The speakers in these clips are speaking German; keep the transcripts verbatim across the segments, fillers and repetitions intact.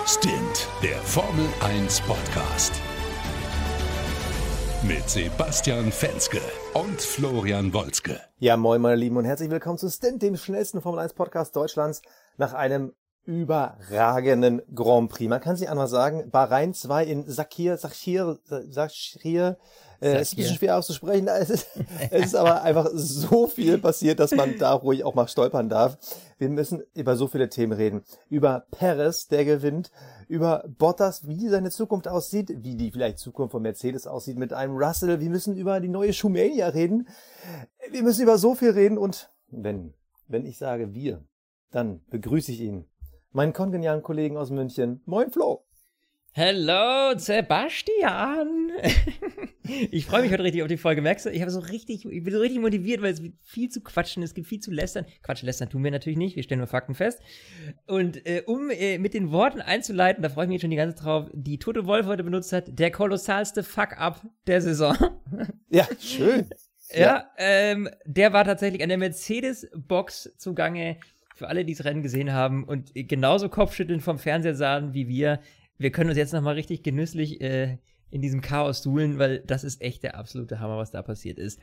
Stint, der Formel eins Podcast. Mit Sebastian Fenske und Florian Wolzke. Ja, moin meine Lieben und herzlich willkommen zu Stint, dem schnellsten Formel eins Podcast Deutschlands, nach einem überragenden Grand Prix. Man kann sich einmal sagen, Bahrain zwei in Sakhir, Sakhir, Sakhir, äh, ist ein bisschen schwer auszusprechen. Es ist, es ist aber einfach so viel passiert, dass man da ruhig auch mal stolpern darf. Wir müssen über so viele Themen reden. Über Perez, der gewinnt, über Bottas, wie seine Zukunft aussieht, wie die vielleicht Zukunft von Mercedes aussieht mit einem Russell. Wir müssen über die neue Shoemania reden. Wir müssen über so viel reden und wenn, wenn ich sage wir, dann begrüße ich ihn. Meinen kongenialen Kollegen aus München. Moin Flo. Hallo Sebastian. Ich freue mich heute richtig auf die Folge. Merkst du, ich habe so richtig, ich bin so richtig motiviert, weil es gibt viel zu quatschen, es gibt viel zu lästern. Quatsch, lästern tun wir natürlich nicht, wir stellen nur Fakten fest. Und äh, um äh, mit den Worten einzuleiten, da freue ich mich jetzt schon die ganze Zeit drauf, die Toto Wolff heute benutzt hat, der kolossalste Fuck-up der Saison. Ja, schön. Ja, ja. Ähm, der war tatsächlich an der Mercedes-Box zugange. Für alle, die das Rennen gesehen haben und genauso Kopfschütteln vom Fernseher sahen wie wir. Wir können uns jetzt nochmal richtig genüsslich äh, in diesem Chaos suhlen, weil das ist echt der absolute Hammer, was da passiert ist.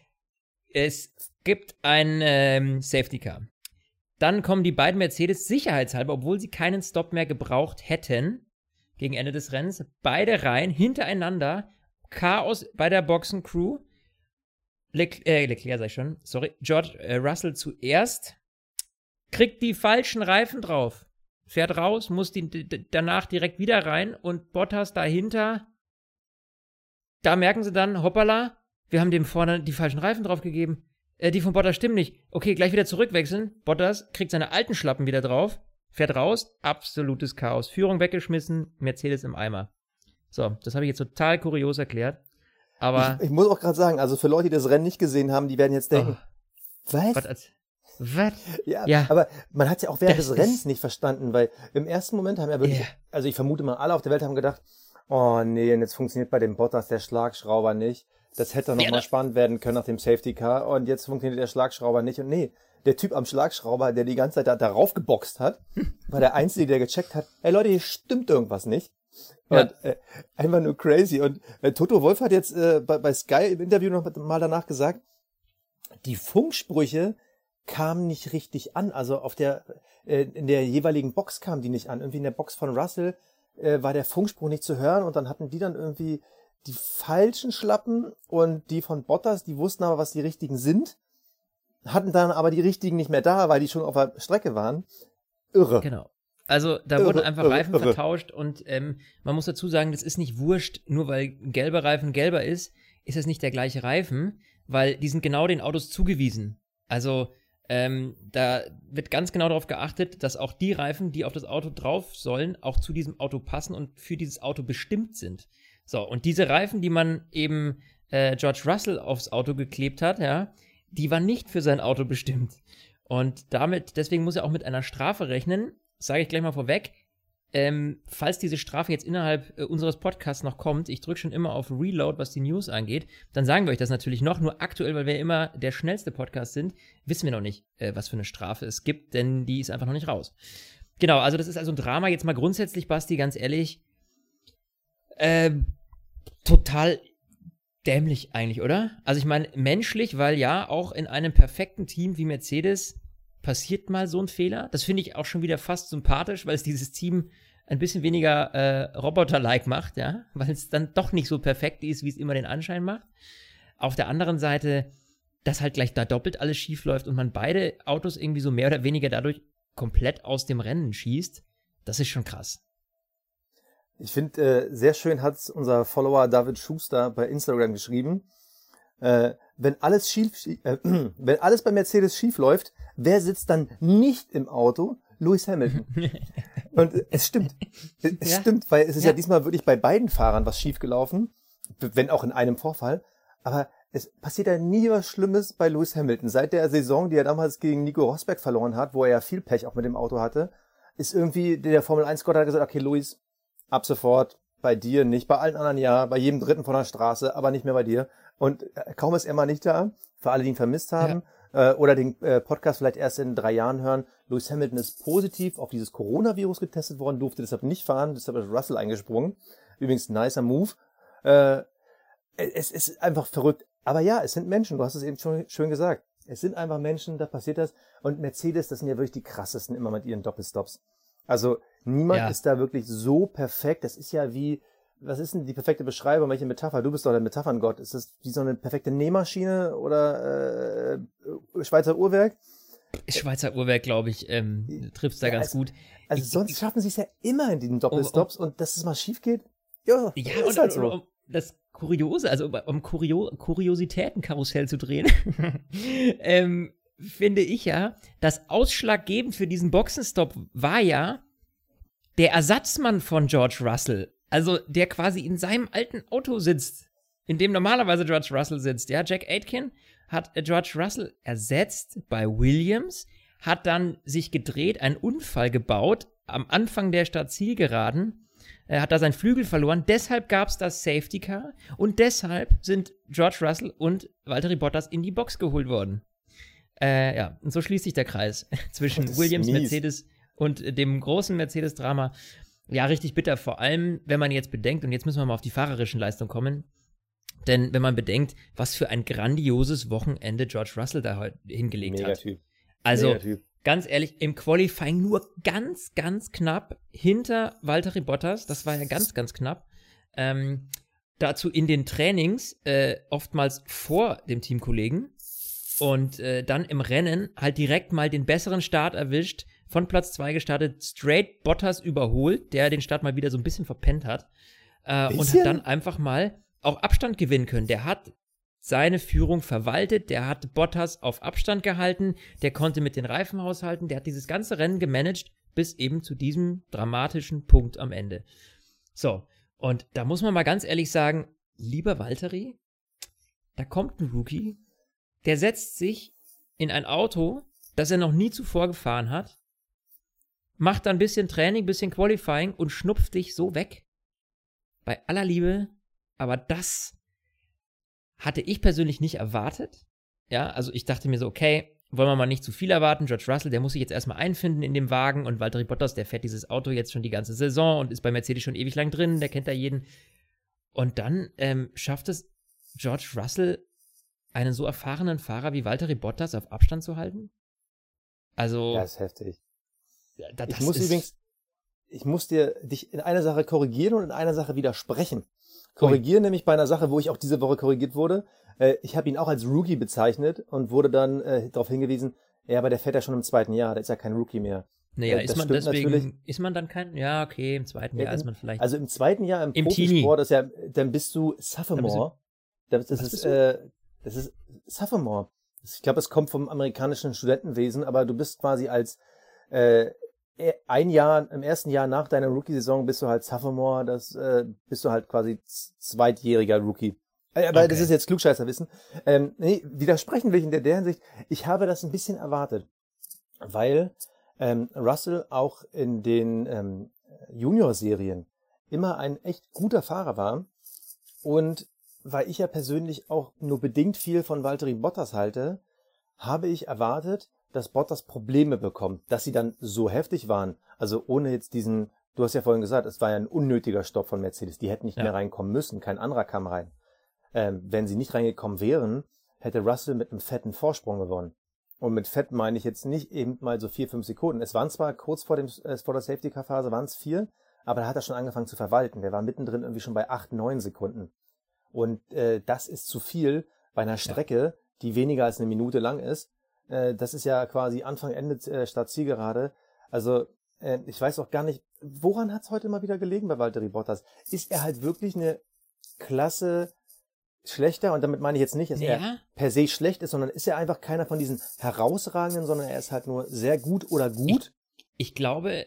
Es gibt ein ähm, Safety Car. Dann kommen die beiden Mercedes sicherheitshalber, obwohl sie keinen Stop mehr gebraucht hätten, gegen Ende des Rennens, beide rein, hintereinander, Chaos bei der Boxencrew. Leclerc, äh, Leclerc sag ich schon, sorry, George äh, Russell zuerst, kriegt die falschen Reifen drauf, fährt raus, muss die d- danach direkt wieder rein und Bottas dahinter, da merken sie dann, hoppala, wir haben dem vorne die falschen Reifen draufgegeben, äh, die von Bottas stimmen nicht, okay, gleich wieder zurückwechseln, Bottas kriegt seine alten Schlappen wieder drauf, fährt raus, absolutes Chaos, Führung weggeschmissen, Mercedes im Eimer. So, das habe ich jetzt total kurios erklärt, aber... Ich, ich muss auch gerade sagen, also für Leute, die das Rennen nicht gesehen haben, die werden jetzt denken, oh, was? was als, Was? Ja, ja, aber man hat ja auch während das des Rennens nicht verstanden, weil im ersten Moment haben ja wirklich, yeah. also ich vermute mal, alle auf der Welt haben gedacht, oh nee, und jetzt funktioniert bei dem Bottas der Schlagschrauber nicht. Das hätte doch noch ja, mal spannend werden können nach dem Safety Car und jetzt funktioniert der Schlagschrauber nicht. Und nee, der Typ am Schlagschrauber, der die ganze Zeit da darauf geboxt hat, war der Einzige, der gecheckt hat, ey Leute, hier stimmt irgendwas nicht. Ja. Und äh, einfach nur crazy. Und äh, Toto Wolff hat jetzt äh, bei, bei Sky im Interview noch mal danach gesagt, die Funksprüche kamen nicht richtig an. Also auf der äh, in der jeweiligen Box kamen die nicht an. Irgendwie in der Box von Russell äh, war der Funkspruch nicht zu hören und dann hatten die dann irgendwie die falschen Schlappen und die von Bottas, die wussten aber, was die richtigen sind, hatten dann aber die richtigen nicht mehr da, weil die schon auf der Strecke waren. Irre. Genau. Also da irre, wurden einfach irre, Reifen irre. vertauscht und ähm, man muss dazu sagen, das ist nicht wurscht, nur weil ein gelber Reifen gelber ist, ist es nicht der gleiche Reifen, weil die sind genau den Autos zugewiesen. Also ähm, da wird ganz genau darauf geachtet, dass auch die Reifen, die auf das Auto drauf sollen, auch zu diesem Auto passen und für dieses Auto bestimmt sind. So, und diese Reifen, die man eben äh, George Russell aufs Auto geklebt hat, ja, die waren nicht für sein Auto bestimmt. Und damit, deswegen muss er auch mit einer Strafe rechnen, sage ich gleich mal vorweg, ähm, falls diese Strafe jetzt innerhalb äh, unseres Podcasts noch kommt, ich drücke schon immer auf Reload, was die News angeht, dann sagen wir euch das natürlich noch, nur aktuell, weil wir immer der schnellste Podcast sind, wissen wir noch nicht, äh, was für eine Strafe es gibt, denn die ist einfach noch nicht raus. Genau, also das ist also ein Drama, jetzt mal grundsätzlich, Basti, ganz ehrlich, äh, total dämlich eigentlich, oder? Also ich meine, menschlich, weil ja, auch in einem perfekten Team wie Mercedes passiert mal so ein Fehler. Das finde ich auch schon wieder fast sympathisch, weil es dieses Team ein bisschen weniger äh, Roboter-like macht, ja, weil es dann doch nicht so perfekt ist, wie es immer den Anschein macht. Auf der anderen Seite, dass halt gleich da doppelt alles schief läuft und man beide Autos irgendwie so mehr oder weniger dadurch komplett aus dem Rennen schießt, das ist schon krass. Ich finde, äh, sehr schön hat unser Follower David Schuster bei Instagram geschrieben, äh, wenn alles schief, äh, wenn alles bei Mercedes schief läuft, wer sitzt dann nicht im Auto? Lewis Hamilton. Und äh, es stimmt. Es Ja. stimmt, weil es ist ja. Ja. diesmal wirklich bei beiden Fahrern was schief gelaufen, wenn auch in einem Vorfall. Aber es passiert ja nie was Schlimmes bei Lewis Hamilton. Seit der Saison, die er damals gegen Nico Rosberg verloren hat, wo er ja viel Pech auch mit dem Auto hatte, ist irgendwie der Formel eins Gott hat gesagt, okay, Lewis, ab sofort bei dir nicht, bei allen anderen ja, bei jedem Dritten von der Straße, aber nicht mehr bei dir. Und kaum ist er mal nicht da, für alle, die ihn vermisst haben, äh, oder den äh, Podcast vielleicht erst in drei Jahren hören. Lewis Hamilton ist positiv auf dieses Coronavirus getestet worden, durfte deshalb nicht fahren, deshalb ist Russell eingesprungen. Übrigens, nicer Move. Äh, es ist einfach verrückt. Aber ja, es sind Menschen, du hast es eben schon schön gesagt. Es sind einfach Menschen, da passiert das. Und Mercedes, das sind ja wirklich die krassesten immer mit ihren Doppelstops. Also niemand Ja. ist da wirklich so perfekt. Das ist ja wie, was ist denn die perfekte Beschreibung, welche Metapher? Du bist doch der Metapherngott. Ist das wie so eine perfekte Nähmaschine oder äh, Schweizer Uhrwerk? Schweizer Uhrwerk, glaube ich, ähm, trifft's da Ja, ganz also- gut. Also Ich- sonst ich- schaffen sie es ja immer in diesen Doppelstops und dass es mal schief geht. Ja, Ja, ist und, halt und, so. und um das Kuriose, also um, um Kurio Kuriositätenkarussell zu drehen, ähm, finde ich ja, das ausschlaggebend für diesen Boxenstopp war ja der Ersatzmann von George Russell. Also der quasi in seinem alten Auto sitzt, in dem normalerweise George Russell sitzt. Ja, Jack Aitken hat äh, George Russell ersetzt bei Williams, hat dann sich gedreht, einen Unfall gebaut am Anfang der Start-Zielgeraden. Er hat da seinen Flügel verloren, deshalb gab es das Safety Car und deshalb sind George Russell und Valtteri Bottas in die Box geholt worden. Äh, ja, und so schließt sich der Kreis zwischen Das ist Williams, mies. Mercedes und äh, dem großen Mercedes-Drama. Ja, richtig bitter, vor allem, wenn man jetzt bedenkt, und jetzt müssen wir mal auf die fahrerischen Leistungen kommen, denn wenn man bedenkt, was für ein grandioses Wochenende George Russell da heute hingelegt Mega hat. Typ. Also, Mega Typ. ganz ehrlich, im Qualifying nur ganz, ganz knapp hinter Valtteri Bottas. Das war ja ganz, ganz knapp. Ähm, dazu in den Trainings äh, oftmals vor dem Teamkollegen und äh, dann im Rennen halt direkt mal den besseren Start erwischt, von Platz zwei gestartet, straight Bottas überholt, der den Start mal wieder so ein bisschen verpennt hat äh, und Bisschen? hat dann einfach mal auch Abstand gewinnen können. Der hat seine Führung verwaltet, der hat Bottas auf Abstand gehalten, der konnte mit den Reifen haushalten, der hat dieses ganze Rennen gemanagt, bis eben zu diesem dramatischen Punkt am Ende. So, und da muss man mal ganz ehrlich sagen, lieber Valtteri, da kommt ein Rookie, der setzt sich in ein Auto, das er noch nie zuvor gefahren hat, macht dann ein bisschen Training, ein bisschen Qualifying und schnupft dich so weg. Bei aller Liebe, aber das hatte ich persönlich nicht erwartet. Ja, also ich dachte mir so, okay, wollen wir mal nicht zu viel erwarten. George Russell, der muss sich jetzt erstmal einfinden in dem Wagen und Valtteri Bottas, der fährt dieses Auto jetzt schon die ganze Saison und ist bei Mercedes schon ewig lang drin, der kennt da jeden. Und dann ähm, schafft es George Russell, einen so erfahrenen Fahrer wie Valtteri Bottas auf Abstand zu halten? Also, Ja, ist heftig. da, das Ich muss ist, übrigens, ich muss dir dich in einer Sache korrigieren und in einer Sache widersprechen. Korrigieren nämlich bei einer Sache, wo ich auch diese Woche korrigiert wurde. Äh, ich habe ihn auch als Rookie bezeichnet und wurde dann äh, darauf hingewiesen, ja, aber der fährt ja schon im zweiten Jahr, der ist ja kein Rookie mehr. naja, äh, ist das man stimmt deswegen, natürlich. ist man dann kein, ja, okay, im zweiten Ja, Jahr im- ist man vielleicht. Also im zweiten Jahr im, Im Profisport ist ja, dann bist du Sophomore. Das, das Was ist, bist du? äh, das ist Sophomore. Ich glaube, es kommt vom amerikanischen Studentenwesen, aber du bist quasi als äh, ein Jahr, im ersten Jahr nach deiner Rookie-Saison bist du halt Sophomore, das äh, bist du halt quasi z- zweitjähriger Rookie. Äh, aber Okay. das ist jetzt Klugscheißerwissen. Ähm, nee, widersprechen will ich in der, der Hinsicht, ich habe das ein bisschen erwartet, weil ähm, Russell auch in den ähm, Junior-Serien immer ein echt guter Fahrer war und weil ich ja persönlich auch nur bedingt viel von Valtteri Bottas halte, habe ich erwartet, dass Bottas Probleme bekommt, dass sie dann so heftig waren. Also ohne jetzt diesen, du hast ja vorhin gesagt, es war ja ein unnötiger Stopp von Mercedes. Die hätten nicht Ja. mehr reinkommen müssen, kein anderer kam rein. Ähm, wenn sie nicht reingekommen wären, hätte Russell mit einem fetten Vorsprung gewonnen. Und mit fett meine ich jetzt nicht eben mal so vier, fünf Sekunden. Es waren zwar kurz vor dem äh, vor der Safety-Car-Phase waren es vier, aber da hat er schon angefangen zu verwalten. Der war mittendrin irgendwie schon bei acht, neun Sekunden. Und äh, das ist zu viel bei einer Strecke, die weniger als eine Minute lang ist. Äh, das ist ja quasi Anfang, Ende äh, Start Zielgerade. Also äh, ich weiß auch gar nicht, woran hat es heute mal wieder gelegen bei Valtteri Bottas? Ist er halt wirklich eine Klasse schlechter? Und damit meine ich jetzt nicht, dass Ja. er per se schlecht ist, sondern ist er einfach keiner von diesen herausragenden, sondern er ist halt nur sehr gut oder gut. Ich glaube,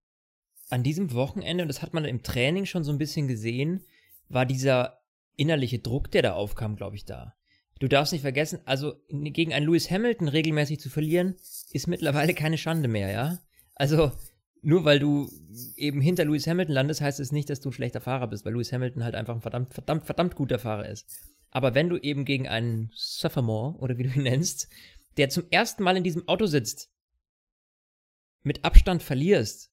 an diesem Wochenende, und das hat man im Training schon so ein bisschen gesehen, war dieser innerliche Druck, der da aufkam, glaube ich, da. Du darfst nicht vergessen, also gegen einen Lewis Hamilton regelmäßig zu verlieren, ist mittlerweile keine Schande mehr, ja? Also, nur weil du eben hinter Lewis Hamilton landest, heißt es nicht, dass du ein schlechter Fahrer bist, weil Lewis Hamilton halt einfach ein verdammt, verdammt, verdammt guter Fahrer ist. Aber wenn du eben gegen einen Sophomore, oder wie du ihn nennst, der zum ersten Mal in diesem Auto sitzt, mit Abstand verlierst,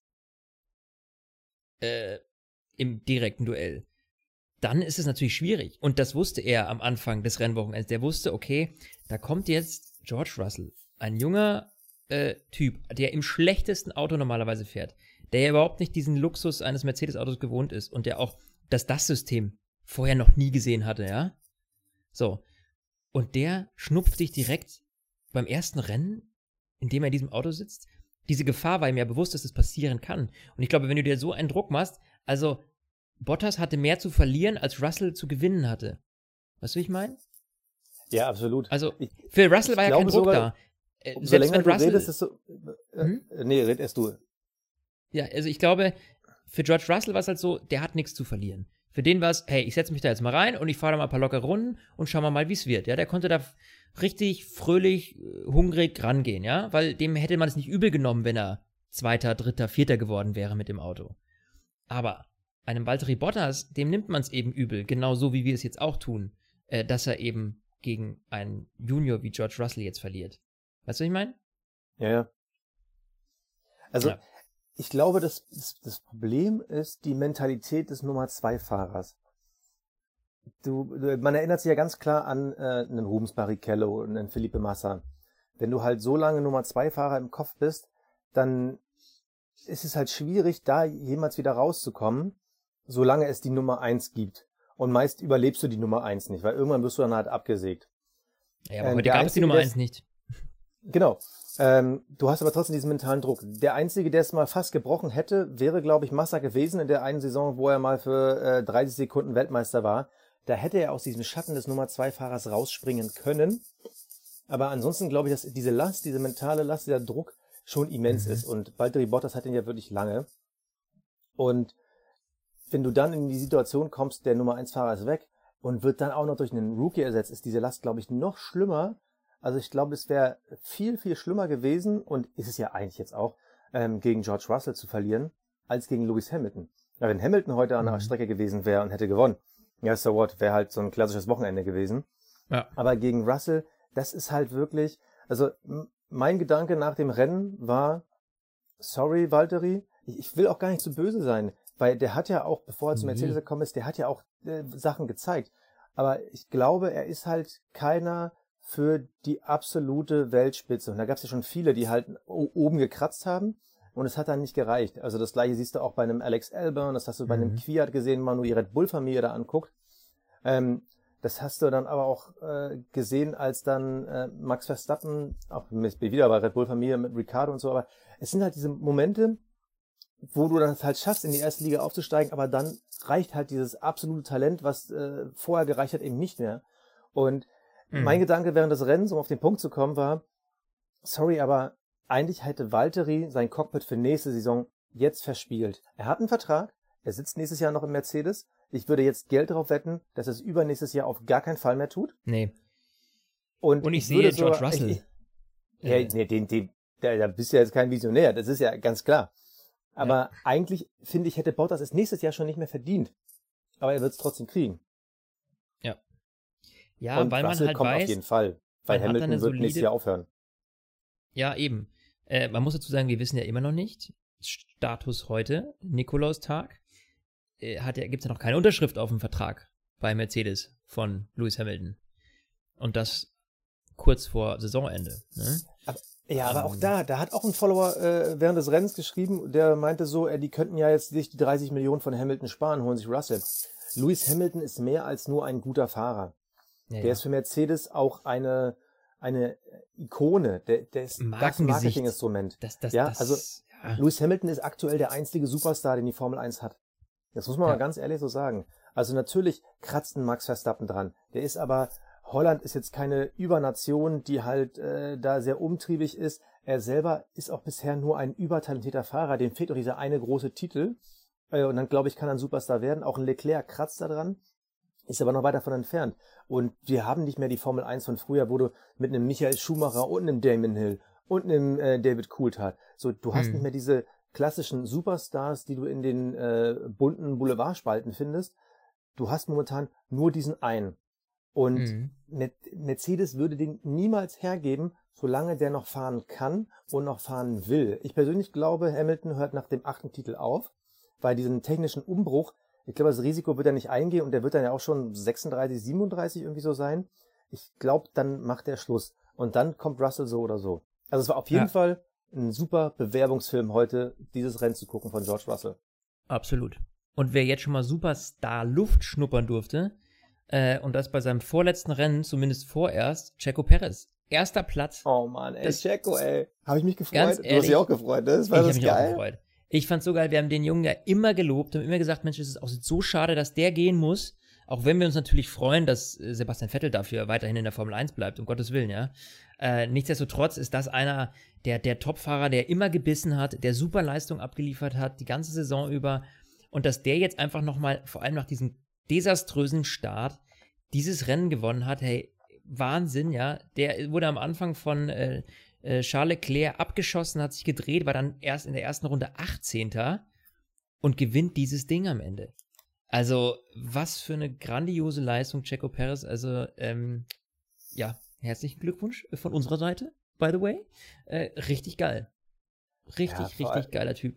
äh, im direkten Duell, dann ist es natürlich schwierig. Und das wusste er am Anfang des Rennwochenends. Der wusste, okay, da kommt jetzt George Russell, ein junger äh, Typ, der im schlechtesten Auto normalerweise fährt, der ja überhaupt nicht diesen Luxus eines Mercedes-Autos gewohnt ist und der auch das D A S-System vorher noch nie gesehen hatte, ja? So. Und der schnupft sich direkt beim ersten Rennen, in dem er in diesem Auto sitzt. Diese Gefahr war ihm ja bewusst, dass das passieren kann. Und ich glaube, wenn du dir so einen Druck machst, also Bottas hatte mehr zu verlieren, als Russell zu gewinnen hatte. Weißt du, wie ich meine? Ja, absolut. Also, für Russell war ja kein Druck sogar, da. Äh, umso selbst länger wenn Russell, du redest, desto, äh, hm? Nee, red erst du. Ja, also ich glaube, für George Russell war es halt so, der hat nichts zu verlieren. Für den war es, hey, ich setze mich da jetzt mal rein und ich fahre da mal ein paar lockere Runden und schauen wir mal, wie es wird. Ja, der konnte da richtig fröhlich, hungrig rangehen, ja, weil dem hätte man es nicht übel genommen, wenn er Zweiter, Dritter, Vierter geworden wäre mit dem Auto. Aber einem Valtteri Bottas, dem nimmt man es eben übel, genauso wie wir es jetzt auch tun, äh, dass er eben gegen einen Junior wie George Russell jetzt verliert. Weißt du, was ich meine? Ja, ja. Also, Ja. ich glaube, das, das, das Problem ist die Mentalität des Nummer zwei Fahrers. Du, du, man erinnert sich ja ganz klar an äh, einen Rubens Barrichello und einen Felipe Massa. Wenn du halt so lange Nummer zwei Fahrer im Kopf bist, dann ist es halt schwierig, da jemals wieder rauszukommen, solange es die Nummer eins gibt. Und meist überlebst du die Nummer eins nicht, weil irgendwann wirst du dann halt abgesägt. Ja, aber Ähm, heute der gab es die Einzige, Nummer der eins nicht. Genau. Ähm, du hast aber trotzdem diesen mentalen Druck. Der Einzige, der es mal fast gebrochen hätte, wäre, glaube ich, Massa gewesen in der einen Saison, wo er mal für äh, dreißig Sekunden Weltmeister war. Da hätte er aus diesem Schatten des Nummer zwei Fahrers rausspringen können. Aber ansonsten glaube ich, dass diese Last, diese mentale Last, dieser Druck schon immens Mhm. ist. Und Valtteri Bottas hat ihn ja wirklich lange. Und wenn du dann in die Situation kommst, der Nummer eins Fahrer ist weg und wird dann auch noch durch einen Rookie ersetzt, ist diese Last, glaube ich, noch schlimmer. Also ich glaube, es wäre viel, viel schlimmer gewesen, und ist es ja eigentlich jetzt auch, ähm, gegen George Russell zu verlieren, als gegen Lewis Hamilton. Ja, wenn Hamilton heute an der Mhm. Strecke gewesen wäre und hätte gewonnen, ja, so what, wäre halt so ein klassisches Wochenende gewesen. Ja. Aber gegen Russell, das ist halt wirklich, also m- mein Gedanke nach dem Rennen war, sorry, Valtteri, ich, ich will auch gar nicht so böse sein, weil der hat ja auch, bevor er zu Nee. Mercedes gekommen ist, der hat ja auch äh, Sachen gezeigt. Aber ich glaube, er ist halt keiner für die absolute Weltspitze. Und da gab es ja schon viele, die halt o- oben gekratzt haben, und es hat dann nicht gereicht. Also das gleiche siehst du auch bei einem Alex Albon, das hast du bei einem Mhm. Kvyat gesehen, wenn man nur die Red Bull-Familie da anguckt. Ähm, das hast du dann aber auch äh, gesehen, als dann äh, Max Verstappen, auch mit, wieder bei Red Bull-Familie mit Ricciardo und so, aber es sind halt diese Momente, wo du dann halt schaffst, in die erste Liga aufzusteigen, aber dann reicht halt dieses absolute Talent, was äh, vorher gereicht hat, eben nicht mehr. Und Mhm. mein Gedanke während des Rennens, um auf den Punkt zu kommen, war, sorry, aber eigentlich hätte Valtteri sein Cockpit für nächste Saison jetzt verspielt. Er hat einen Vertrag, er sitzt nächstes Jahr noch im Mercedes. Ich würde jetzt Geld darauf wetten, dass er es übernächstes Jahr auf gar keinen Fall mehr tut. Nee. Und, Und ich, ich sehe würde George sogar- Russell. Ich, ich, äh, ja, nee, den, den, da, da bist du ja jetzt kein Visionär, das ist ja ganz klar. Aber eigentlich, finde ich, hätte Bottas es nächstes Jahr schon nicht mehr verdient. Aber er wird es trotzdem kriegen. ja, Und weil man Russell halt kommt weiß, auf jeden Fall. Weil man hat Hamilton eine wird nächstes solide- Jahr aufhören. ja, eben. Äh, man muss dazu sagen, wir wissen ja immer noch nicht, Status heute, Nikolaustag, äh, hat ja, gibt's ja noch keine Unterschrift auf dem Vertrag bei Mercedes von Lewis Hamilton. Und das kurz vor Saisonende. Ne? Ja, aber auch Ähm. da, da hat auch ein Follower äh, während des Rennens geschrieben, der meinte so, äh, die könnten ja jetzt sich die dreißig Millionen von Hamilton sparen, holen sich Russell. Lewis Hamilton ist mehr als nur ein guter Fahrer. Ja, Der ja. ist für Mercedes auch eine, eine Ikone. Der, der ist das Markengesicht. Marketinginstrument. Das, das, Ja, das, also ja. Lewis Hamilton ist aktuell der einzige Superstar, den die Formel eins hat. Das muss man Ja. mal ganz ehrlich so sagen. Also natürlich kratzt ein Max Verstappen dran. Der ist aber, Holland ist jetzt keine Übernation, die halt äh, da sehr umtriebig ist. Er selber ist auch bisher nur ein übertalentierter Fahrer. Dem fehlt doch dieser eine große Titel. Äh, und dann, glaube ich, kann er ein Superstar werden. Auch ein Leclerc kratzt da dran, ist aber noch weit davon entfernt. Und wir haben nicht mehr die Formel eins von früher, wo du mit einem Michael Schumacher und einem Damon Hill und einem äh, David Coulthard, so, du hast Hm. nicht mehr diese klassischen Superstars, die du in den äh, bunten Boulevardspalten findest. Du hast momentan nur diesen einen. Und Mhm. Mer- Mercedes würde den niemals hergeben solange der noch fahren kann und noch fahren will. Ich persönlich glaube, Hamilton hört nach dem achten Titel auf, weil diesen technischen Umbruch, ich glaube, das Risiko wird er nicht eingehen und der wird dann ja auch schon sechsunddreißig, siebenunddreißig irgendwie so sein. Ich glaube, dann macht er Schluss. Und dann kommt Russell so oder so. Also es war auf jeden Ja. Fall ein super Bewerbungsfilm heute, dieses Rennen zu gucken von George Russell. Absolut. Und wer jetzt schon mal Superstar-Luft schnuppern durfte, äh, und das bei seinem vorletzten Rennen, zumindest vorerst, Checo Perez. Erster Platz. Oh Mann, ey, Das- Checo, ey. Habe ich mich gefreut? Ganz Du hast ehrlich, dich auch gefreut, ne? Das Ich war habe das mich auch geil. gefreut. Ich fand's so geil, wir haben den Jungen ja immer gelobt und immer gesagt, Mensch, es ist auch so schade, dass der gehen muss, auch wenn wir uns natürlich freuen, dass äh, Sebastian Vettel dafür weiterhin in der Formel eins bleibt, um Gottes Willen, ja. Äh, nichtsdestotrotz ist das einer der, der Top-Fahrer, der immer gebissen hat, der super Leistung abgeliefert hat, die ganze Saison über, und dass der jetzt einfach nochmal, vor allem nach diesem desaströsen Start, dieses Rennen gewonnen hat, hey, Wahnsinn, ja. Der wurde am Anfang von äh, äh, Charles Leclerc abgeschossen, hat sich gedreht, war dann erst in der ersten Runde achtzehnter und gewinnt dieses Ding am Ende. Also, was für eine grandiose Leistung, Checo Perez. Also, ähm, ja, herzlichen Glückwunsch von unserer Seite, by the way. Äh, richtig geil. Richtig, Ja, vor richtig geiler Typ.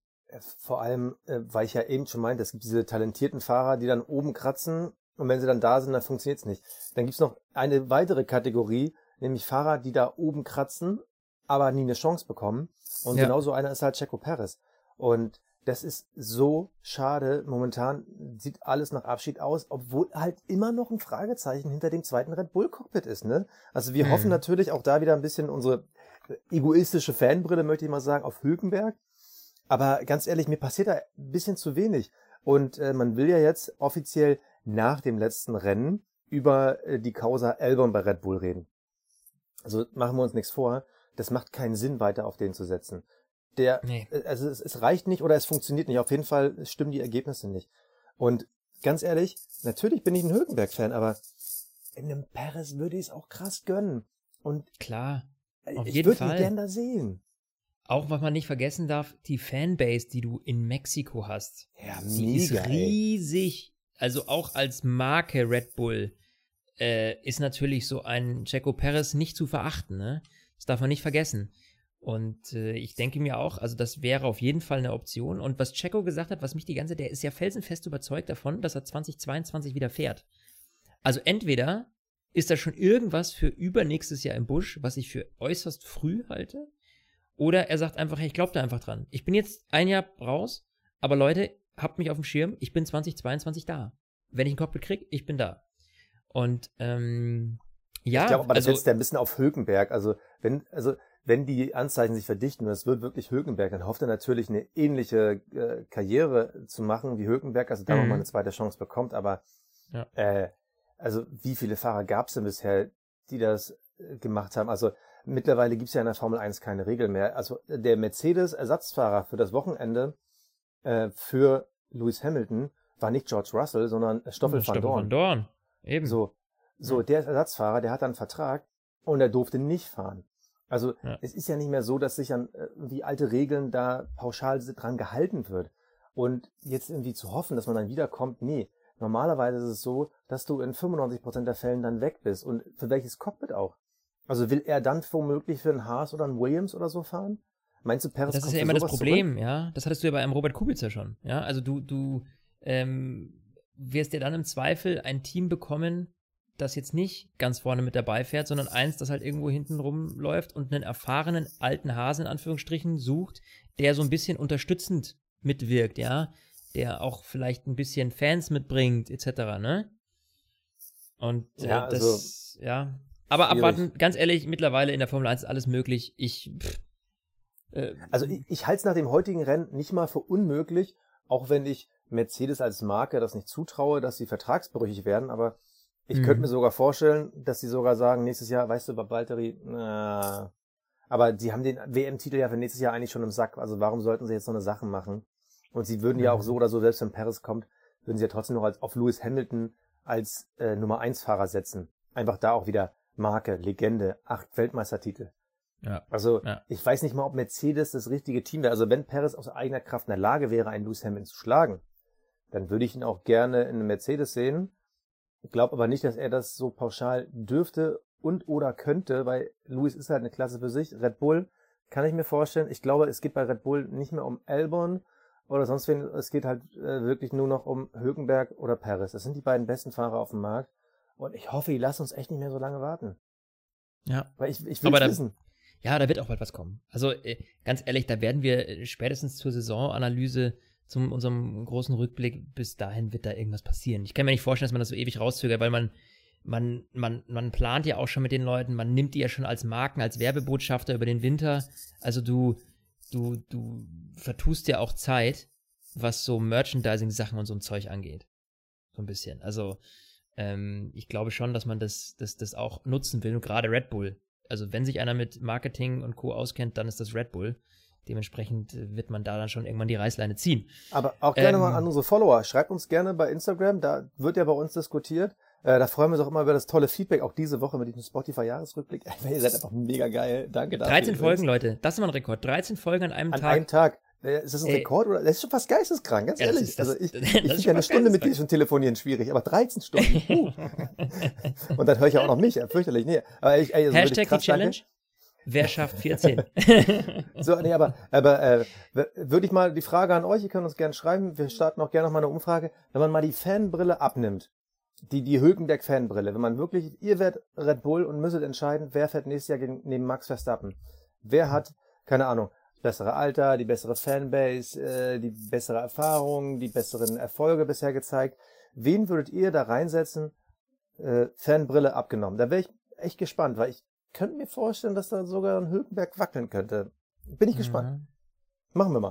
Vor allem, äh, weil ich ja eben schon meinte, es gibt diese talentierten Fahrer, die dann oben kratzen und wenn sie dann da sind, dann funktioniert's nicht. Dann gibt's noch eine weitere Kategorie, nämlich Fahrer, die da oben kratzen, aber nie eine Chance bekommen. Und Ja. genauso einer ist halt Checo Perez. Und das ist so schade. Momentan sieht alles nach Abschied aus, obwohl halt immer noch ein Fragezeichen hinter dem zweiten Red Bull Cockpit ist, ne? Also wir Mhm. hoffen natürlich auch da wieder ein bisschen unsere egoistische Fanbrille, möchte ich mal sagen, auf Hülkenberg. Aber ganz ehrlich, mir passiert da ein bisschen zu wenig. Und äh, man will ja jetzt offiziell nach dem letzten Rennen über äh, die Causa Albon bei Red Bull reden. Also machen wir uns nichts vor. Das macht keinen Sinn, weiter auf den zu setzen. Der, Nee. äh, also es, es reicht nicht oder es funktioniert nicht. Auf jeden Fall stimmen die Ergebnisse nicht. Und ganz ehrlich, natürlich bin ich ein Hülkenberg-Fan, aber in einem Perez würde ich es auch krass gönnen. Und Klar. äh, Auf ich jeden würde ihn Fall. gern da sehen. Auch was man nicht vergessen darf, die Fanbase, die du in Mexiko hast, Ja, die ist mega, ey. riesig. Also auch als Marke Red Bull äh, ist natürlich so ein Checo Perez nicht zu verachten, ne? Das darf man nicht vergessen. Und äh, ich denke mir auch, also das wäre auf jeden Fall eine Option. Und was Checo gesagt hat, was mich die ganze, der ist ja felsenfest überzeugt davon, dass er zweitausendzweiundzwanzig wieder fährt. Also entweder ist da schon irgendwas für übernächstes Jahr im Busch, was ich für äußerst früh halte, oder er sagt einfach, hey, ich glaube da einfach dran. Ich bin jetzt ein Jahr raus, aber Leute, habt mich auf dem Schirm, ich bin zweitausendzweiundzwanzig da. Wenn ich ein Cockpit krieg, ich bin da. Und ähm, ja, Ich glaube, aber das also, setzt ja ein bisschen auf Hülkenberg. Also wenn, also wenn die Anzeichen sich verdichten und es wird wirklich Hülkenberg, dann hofft er natürlich eine ähnliche äh, Karriere zu machen wie Hülkenberg, also da Mhm. nochmal eine zweite Chance bekommt. Aber Ja. äh, also wie viele Fahrer gab es denn bisher, die das äh, gemacht haben? Also mittlerweile gibt es ja in der Formel eins keine Regel mehr. Also der Mercedes-Ersatzfahrer für das Wochenende äh, für Lewis Hamilton war nicht George Russell, sondern Stoffel van Stoffel Dorn. van Dorn. Eben. So, so Ja. der ist Ersatzfahrer, der hat einen Vertrag und er durfte nicht fahren. Also Ja. es ist ja nicht mehr so, dass sich an äh, irgendwie alte Regeln da pauschal dran gehalten wird. Und jetzt irgendwie zu hoffen, dass man dann wiederkommt, nee. Normalerweise ist es so, dass du in fünfundneunzig Prozent der Fällen dann weg bist. Und für welches Cockpit auch? Also will er dann womöglich für einen Haas oder einen Williams oder so fahren? Meinst du, Perez Das ist kommt ja für immer das sowas Problem, ja. Das hattest du ja bei einem Robert Kubica schon, ja. Also du, du ähm, wirst ja dann im Zweifel ein Team bekommen, das jetzt nicht ganz vorne mit dabei fährt, sondern eins, das halt irgendwo hinten rumläuft und einen erfahrenen alten Hasen in Anführungsstrichen sucht, der so ein bisschen unterstützend mitwirkt, ja. Der auch vielleicht ein bisschen Fans mitbringt, et cetera, ne? Und äh, Ja, das, ja. Aber schwierig. abwarten, ganz ehrlich, mittlerweile in der Formel eins ist alles möglich. Ich, pff, äh, Also ich, ich halte es nach dem heutigen Rennen nicht mal für unmöglich, auch wenn ich Mercedes als Marke das nicht zutraue, dass sie vertragsbrüchig werden, aber ich Mhm. könnte mir sogar vorstellen, dass sie sogar sagen, nächstes Jahr, weißt du, bei Valtteri, na, aber die haben den W M-Titel ja für nächstes Jahr eigentlich schon im Sack, also warum sollten sie jetzt so eine Sache machen? Und sie würden ja Mhm. auch so oder so, selbst wenn Perez kommt, würden sie ja trotzdem noch als auf Lewis Hamilton als äh, Nummer eins Fahrer setzen. Einfach da auch wieder Marke, Legende, acht Weltmeistertitel. ja. Also Ja. ich weiß nicht mal, ob Mercedes das richtige Team wäre. Also wenn Perez aus eigener Kraft in der Lage wäre, einen Lewis Hamilton zu schlagen, dann würde ich ihn auch gerne in einem Mercedes sehen. Ich glaube aber nicht, dass er das so pauschal dürfte und oder könnte, weil Lewis ist halt eine Klasse für sich. Red Bull kann ich mir vorstellen. Ich glaube, es geht bei Red Bull nicht mehr um Albon oder sonst wen. Es geht halt äh, wirklich nur noch um Hülkenberg oder Perez. Das sind die beiden besten Fahrer auf dem Markt. Und ich hoffe, die lassen uns echt nicht mehr so lange warten. Ja. Weil ich, ich will es wissen. Ja, da wird auch bald was kommen. Also äh, ganz ehrlich, da werden wir äh, spätestens zur Saisonanalyse, zu unserem großen Rückblick, bis dahin wird da irgendwas passieren. Ich kann mir nicht vorstellen, dass man das so ewig rauszögert, weil man, man, man, man plant ja auch schon mit den Leuten, man nimmt die ja schon als Marken, als Werbebotschafter über den Winter. Also du, du, du vertust ja auch Zeit, was so Merchandising-Sachen und so ein Zeug angeht. So ein bisschen. Also ähm, ich glaube schon, dass man das, das, das auch nutzen will, und gerade Red Bull. Also wenn sich einer mit Marketing und Co. auskennt, dann ist das Red Bull. Dementsprechend wird man da dann schon irgendwann die Reißleine ziehen. Aber auch gerne ähm, mal an unsere Follower. Schreibt uns gerne bei Instagram, da wird ja bei uns diskutiert. Äh, da freuen wir uns auch immer über das tolle Feedback, auch diese Woche mit diesem Spotify-Jahresrückblick. Ihr seid einfach mega geil. Danke dafür. dreizehn Folgen, Leute. Das ist mal ein Rekord. dreizehn Folgen an einem an Tag. An einem Tag. Ist das ein Ey. Rekord? Oder? Das ist schon fast geisteskrank, ganz Ja, das ehrlich. ist das- also ich, das ich ist finde schon ja eine fast Stunde mit dir geisteskrank. schon telefonieren schwierig, aber dreizehn Stunden. Uh. Und dann höre ich ja auch noch mich. Ja, fürchterlich. Nee, aber ich, ey, also Hashtag wirklich krass, die Challenge. danke. Wer schafft vierzehn? So, nee, aber, aber äh, w- würde ich mal die Frage an euch, ihr könnt uns gerne schreiben, wir starten auch gerne noch mal eine Umfrage, wenn man mal die Fanbrille abnimmt, die, die Hülkenberg-Fanbrille, wenn man wirklich, ihr werdet Red Bull und müsstet entscheiden, wer fährt nächstes Jahr gegen, neben Max Verstappen, wer hat, keine Ahnung, bessere Alter, die bessere Fanbase, äh, die bessere Erfahrung, die besseren Erfolge bisher gezeigt, wen würdet ihr da reinsetzen, äh, Fanbrille abgenommen? Da wäre ich echt gespannt, weil ich könnte mir vorstellen, dass da sogar ein Hülkenberg wackeln könnte. Bin ich gespannt. Machen wir mal.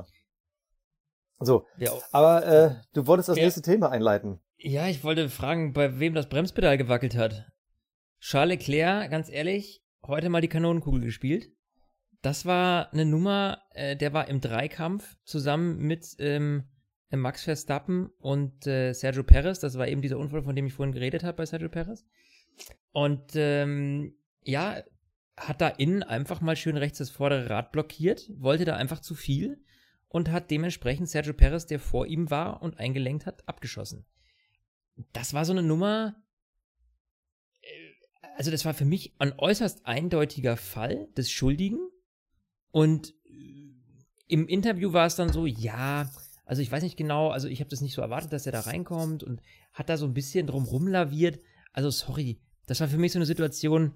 So, Ja, aber äh, du wolltest das Ja. nächste Thema einleiten. ja, ich wollte fragen, bei wem das Bremspedal gewackelt hat. Charles Leclerc, ganz ehrlich, heute mal die Kanonenkugel gespielt. Das war eine Nummer, äh, der war im Dreikampf zusammen mit ähm, Max Verstappen und äh, Sergio Perez. Das war eben dieser Unfall, von dem ich vorhin geredet habe bei Sergio Perez. Und ähm, ja, hat da innen einfach mal schön rechts das vordere Rad blockiert, wollte da einfach zu viel und hat dementsprechend Sergio Perez, der vor ihm war und eingelenkt hat, abgeschossen. Das war so eine Nummer, äh, also das war für mich ein äußerst eindeutiger Fall des Schuldigen. Und äh, im Interview war es dann so, ja, also ich weiß nicht genau, also ich habe das nicht so erwartet, dass er da reinkommt, und hat da so ein bisschen drum rumlaviert. Also sorry, das war für mich so eine Situation,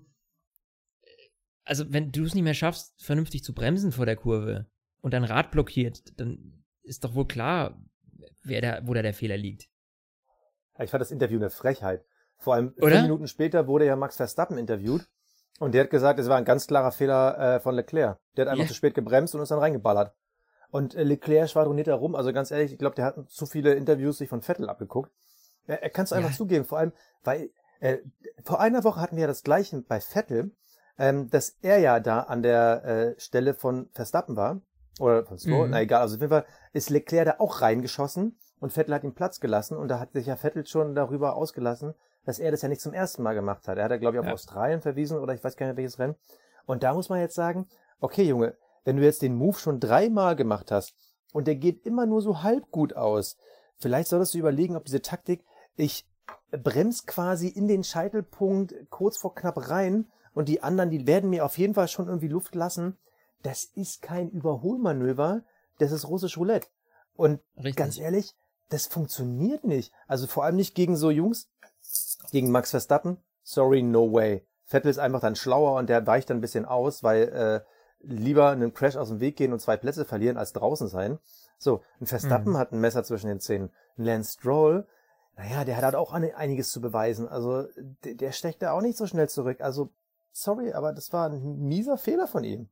also wenn du es nicht mehr schaffst, vernünftig zu bremsen vor der Kurve und dein Rad blockiert, dann ist doch wohl klar, wer da, wo da der Fehler liegt. Ich fand das Interview eine Frechheit. Vor allem Oder? fünf Minuten später wurde ja Max Verstappen interviewt und der hat gesagt, es war ein ganz klarer Fehler äh, von Leclerc. Der hat einfach Ja. zu spät gebremst und ist dann reingeballert. Und äh, Leclerc schwadroniert da rum. Also ganz ehrlich, ich glaube, der hat zu viele Interviews sich von Vettel abgeguckt. Er, er kann es einfach Ja. zugeben, vor allem, weil äh, vor einer Woche hatten wir ja das Gleiche bei Vettel, ähm, dass er ja da an der äh, Stelle von Verstappen war. Oder von Stroll, Mhm. na egal. Also auf jeden Fall ist Leclerc da auch reingeschossen und Vettel hat ihm Platz gelassen. Und da hat sich ja Vettel schon darüber ausgelassen, dass er das ja nicht zum ersten Mal gemacht hat. Er hat ja, glaube ich, auf Ja. Australien verwiesen oder ich weiß gar nicht, welches Rennen. Und da muss man jetzt sagen, okay, Junge, wenn du jetzt den Move schon dreimal gemacht hast und der geht immer nur so halb gut aus, vielleicht solltest du überlegen, ob diese Taktik, ich bremse quasi in den Scheitelpunkt kurz vor knapp rein und die anderen, die werden mir auf jeden Fall schon irgendwie Luft lassen. Das ist kein Überholmanöver, das ist russisch Roulette. Und Richtig. ganz ehrlich, das funktioniert nicht. Also vor allem nicht gegen so Jungs, gegen Max Verstappen. Sorry, no way. Vettel ist einfach dann schlauer und der weicht dann ein bisschen aus, weil äh, lieber einen Crash aus dem Weg gehen und zwei Plätze verlieren, als draußen sein. So, ein Verstappen Mhm. hat ein Messer zwischen den Zähnen. Ein Lance Stroll, naja, der hat halt auch eine- einiges zu beweisen. Also der, der steckt da auch nicht so schnell zurück. Also, sorry, aber das war ein mieser Fehler von ihm.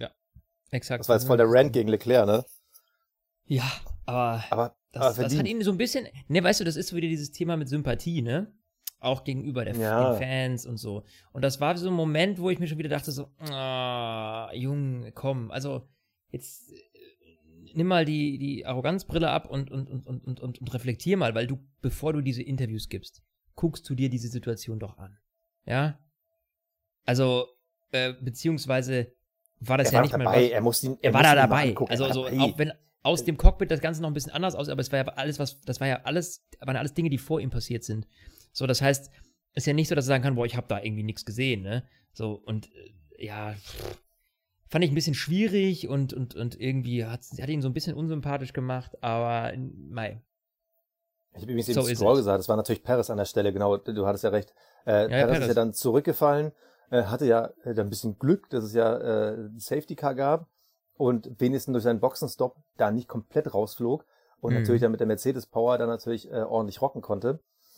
Exakt. Das war jetzt voll der Rant gegen Leclerc, ne? Ja, aber Aber, das, aber das hat verdient. ihn so ein bisschen, ne, weißt du, das ist so wieder dieses Thema mit Sympathie, ne? Auch gegenüber der, Ja. den Fans und so. Und das war so ein Moment, wo ich mir schon wieder dachte so, ah, Junge, komm, also jetzt äh, nimm mal die, die Arroganzbrille ab und, und, und, und, und, und, und reflektier mal, weil du, bevor du diese Interviews gibst, guckst du dir diese Situation doch an. Ja? Also, äh, beziehungsweise war das Er ja war nicht mal dabei, was, er muss ihn, er war muss da ihn mal dabei. angucken, Also er war so, dabei. auch wenn aus dem Cockpit das Ganze noch ein bisschen anders aussieht, aber es war ja alles, was, das war ja alles, waren alles Dinge, die vor ihm passiert sind. So, das heißt, ist ja nicht so, dass er sagen kann, boah, ich habe da irgendwie nichts gesehen, ne? So, und äh, ja, pff, fand ich ein bisschen schwierig und, und, und irgendwie hat, hat ihn so ein bisschen unsympathisch gemacht, aber mei. Ich habe übrigens So eben ist Stroll es. gesagt, das war natürlich Perez an der Stelle, genau, du hattest ja recht. Äh, Ja, ja, Perez ist Perez. ja dann zurückgefallen, äh, hatte ja äh, dann ein bisschen Glück, dass es ja äh, ein Safety Car gab und wenigstens durch seinen Boxenstopp da nicht komplett rausflog und Mhm. natürlich dann mit der Mercedes Power dann natürlich äh, ordentlich rocken konnte.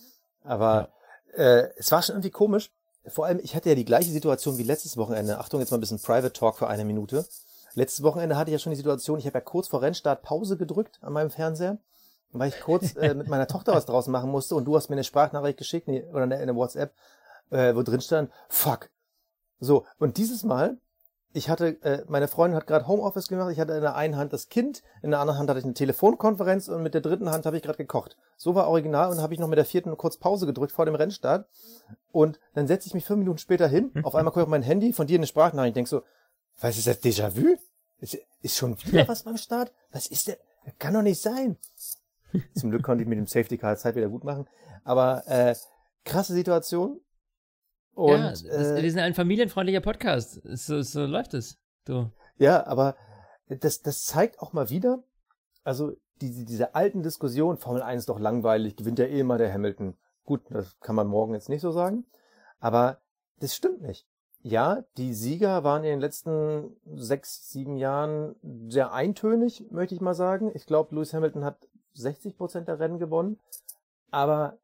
Aber äh, es war schon irgendwie komisch. Vor allem, ich hatte ja die gleiche Situation wie letztes Wochenende. Achtung, jetzt mal ein bisschen Private Talk für eine Minute. Letztes Wochenende hatte ich ja schon die Situation, ich habe ja kurz vor Rennstart Pause gedrückt an meinem Fernseher, weil ich kurz äh, mit meiner Tochter was draußen machen musste und du hast mir eine Sprachnachricht geschickt, nee, oder eine, eine WhatsApp, äh, wo drin stand, fuck. So, und dieses Mal, ich hatte, äh, meine Freundin hat gerade Homeoffice gemacht, ich hatte in der einen Hand das Kind, in der anderen Hand hatte ich eine Telefonkonferenz und mit der dritten Hand habe ich gerade gekocht. So war original und habe ich noch mit der vierten kurz Pause gedrückt vor dem Rennstart und dann setze ich mich fünf Minuten später hin, auf einmal gucke ich auf mein Handy, von dir eine Sprachnachricht, ich denk so, was ist das, Déjà-vu? Ist, ist schon wieder was beim Start? Was ist der? Kann doch nicht sein. Zum Glück konnte ich mit dem Safety Car Zeit wieder gut machen. Aber äh, krasse Situation. Und, ja, das, äh, wir sind ein familienfreundlicher Podcast. So, so läuft es. Du. ja, aber das, das zeigt auch mal wieder, also diese, diese alten Diskussionen, Formel eins ist doch langweilig, gewinnt ja eh immer der Hamilton. Gut, das kann man morgen jetzt nicht so sagen. Aber das stimmt nicht. Ja, die Sieger waren in den letzten sechs, sieben Jahren sehr eintönig, möchte ich mal sagen. Ich glaube, Lewis Hamilton hat sechzig Prozent der Rennen gewonnen. Aber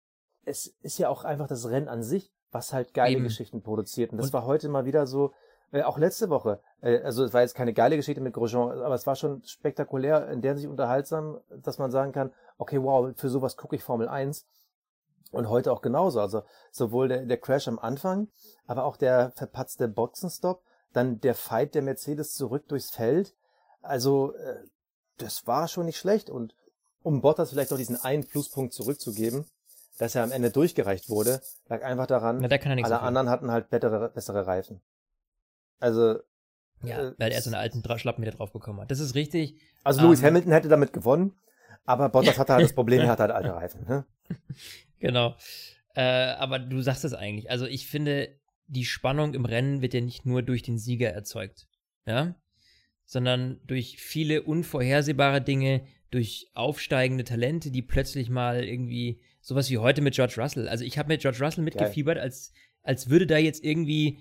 es ist ja auch einfach das Rennen an sich, was halt geile Eben. Geschichten produziert. Und das Und- war heute mal wieder so, äh, auch letzte Woche. Äh, also es war jetzt keine geile Geschichte mit Grosjean, aber es war schon spektakulär, in der sich unterhaltsam, dass man sagen kann, okay, wow, für sowas gucke ich Formel eins. Und heute auch genauso. Also sowohl der, der Crash am Anfang, aber auch der verpatzte Boxenstopp, dann der Fight der Mercedes zurück durchs Feld. Also äh, das war schon nicht schlecht. Und um Bottas vielleicht noch diesen einen Pluspunkt zurückzugeben, dass er am Ende durchgereicht wurde, lag einfach daran, Na, da kann er nichts alle dafür. anderen hatten halt bessere, bessere Reifen. Also, Ja, äh, weil er so einen alten Dra- Schlappen wieder drauf bekommen hat. Das ist richtig. also Lewis Ähm, Hamilton hätte damit gewonnen, aber Bottas hatte halt das Problem, er hatte halt alte Reifen. Ne? Genau. Äh, aber du sagst es eigentlich. Also ich finde, die Spannung im Rennen wird ja nicht nur durch den Sieger erzeugt, ja, sondern durch viele unvorhersehbare Dinge, durch aufsteigende Talente, die plötzlich mal irgendwie sowas wie heute mit George Russell. Also ich habe mit George Russell mitgefiebert, als als würde da jetzt irgendwie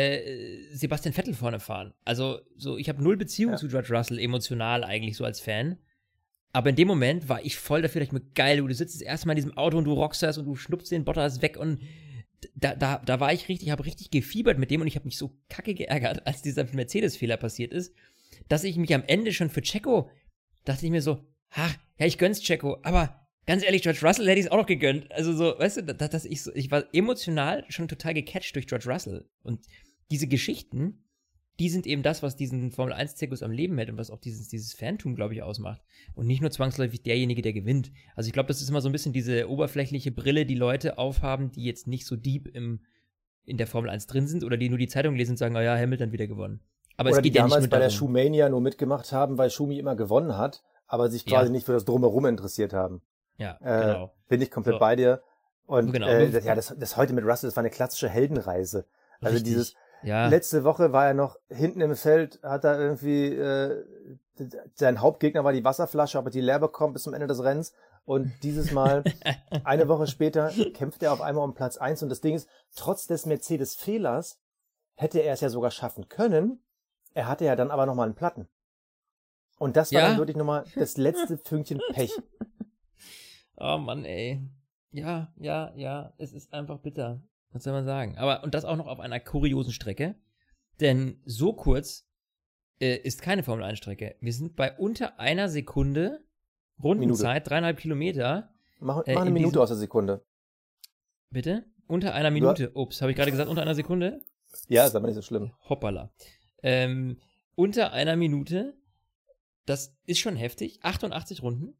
äh, Sebastian Vettel vorne fahren. Also so, ich habe null Beziehung Ja. zu George Russell, emotional eigentlich so als Fan. Aber in dem Moment war ich voll dafür, dass ich mir, geil, du, du sitzt das erste Mal in diesem Auto und du rockst das und du schnuppst den Bottas weg und da, da, da war ich richtig, habe richtig gefiebert mit dem und ich habe mich so kacke geärgert, als dieser Mercedes-Fehler passiert ist, dass ich mich am Ende schon für Checo, dachte ich mir so, ha, ja, ich gönn's Checo, aber ganz ehrlich, George Russell hätte ich es auch noch gegönnt. Also so, weißt du, dass, dass ich so, ich war emotional schon total gecatcht durch George Russell. Und diese Geschichten, die sind eben das, was diesen Formel eins Zirkus am Leben hält und was auch dieses, dieses Fantum, glaube ich, ausmacht. Und nicht nur zwangsläufig derjenige, der gewinnt. Also ich glaube, das ist immer so ein bisschen diese oberflächliche Brille, die Leute aufhaben, die jetzt nicht so deep im, in der Formel eins drin sind oder die nur die Zeitung lesen und sagen, oh ja, Hamilton wieder gewonnen. Aber Oder es geht die ja nicht damals nur bei der darum. Schumania nur mitgemacht haben, weil Schumi immer gewonnen hat, aber sich Ja. quasi nicht für das Drumherum interessiert haben. Ja, Äh, genau. Bin ich komplett So. bei dir. Und Genau. äh, das, ja, das, das heute mit Russell, das war eine klassische Heldenreise. Also Richtig. dieses, Ja. letzte Woche war er noch hinten im Feld, hat er irgendwie, äh, sein Hauptgegner war die Wasserflasche, ob er die leer bekommt bis zum Ende des Rennens. Und dieses Mal, eine Woche später, kämpft er auf einmal um Platz eins. Und das Ding ist, trotz des Mercedes-Fehlers hätte er es ja sogar schaffen können. Er hatte ja dann aber nochmal einen Platten. Und das war Ja. dann wirklich nochmal das letzte Fünkchen Pech. Oh Mann, ey. Ja, ja, ja, es ist einfach bitter. Was soll man sagen? Aber, und das auch noch auf einer kuriosen Strecke. Denn so kurz äh, ist keine Formel eins Strecke. Wir sind bei unter einer Sekunde Rundenzeit, dreieinhalb Kilometer. Mach, Äh, mach eine in Minute diesem- aus der Sekunde. Bitte? Unter einer Minute. Ups, habe ich gerade gesagt, unter einer Sekunde? Ja, ist aber nicht so schlimm. Hoppala. Ähm, unter einer Minute. Das ist schon heftig. achtundachtzig Runden.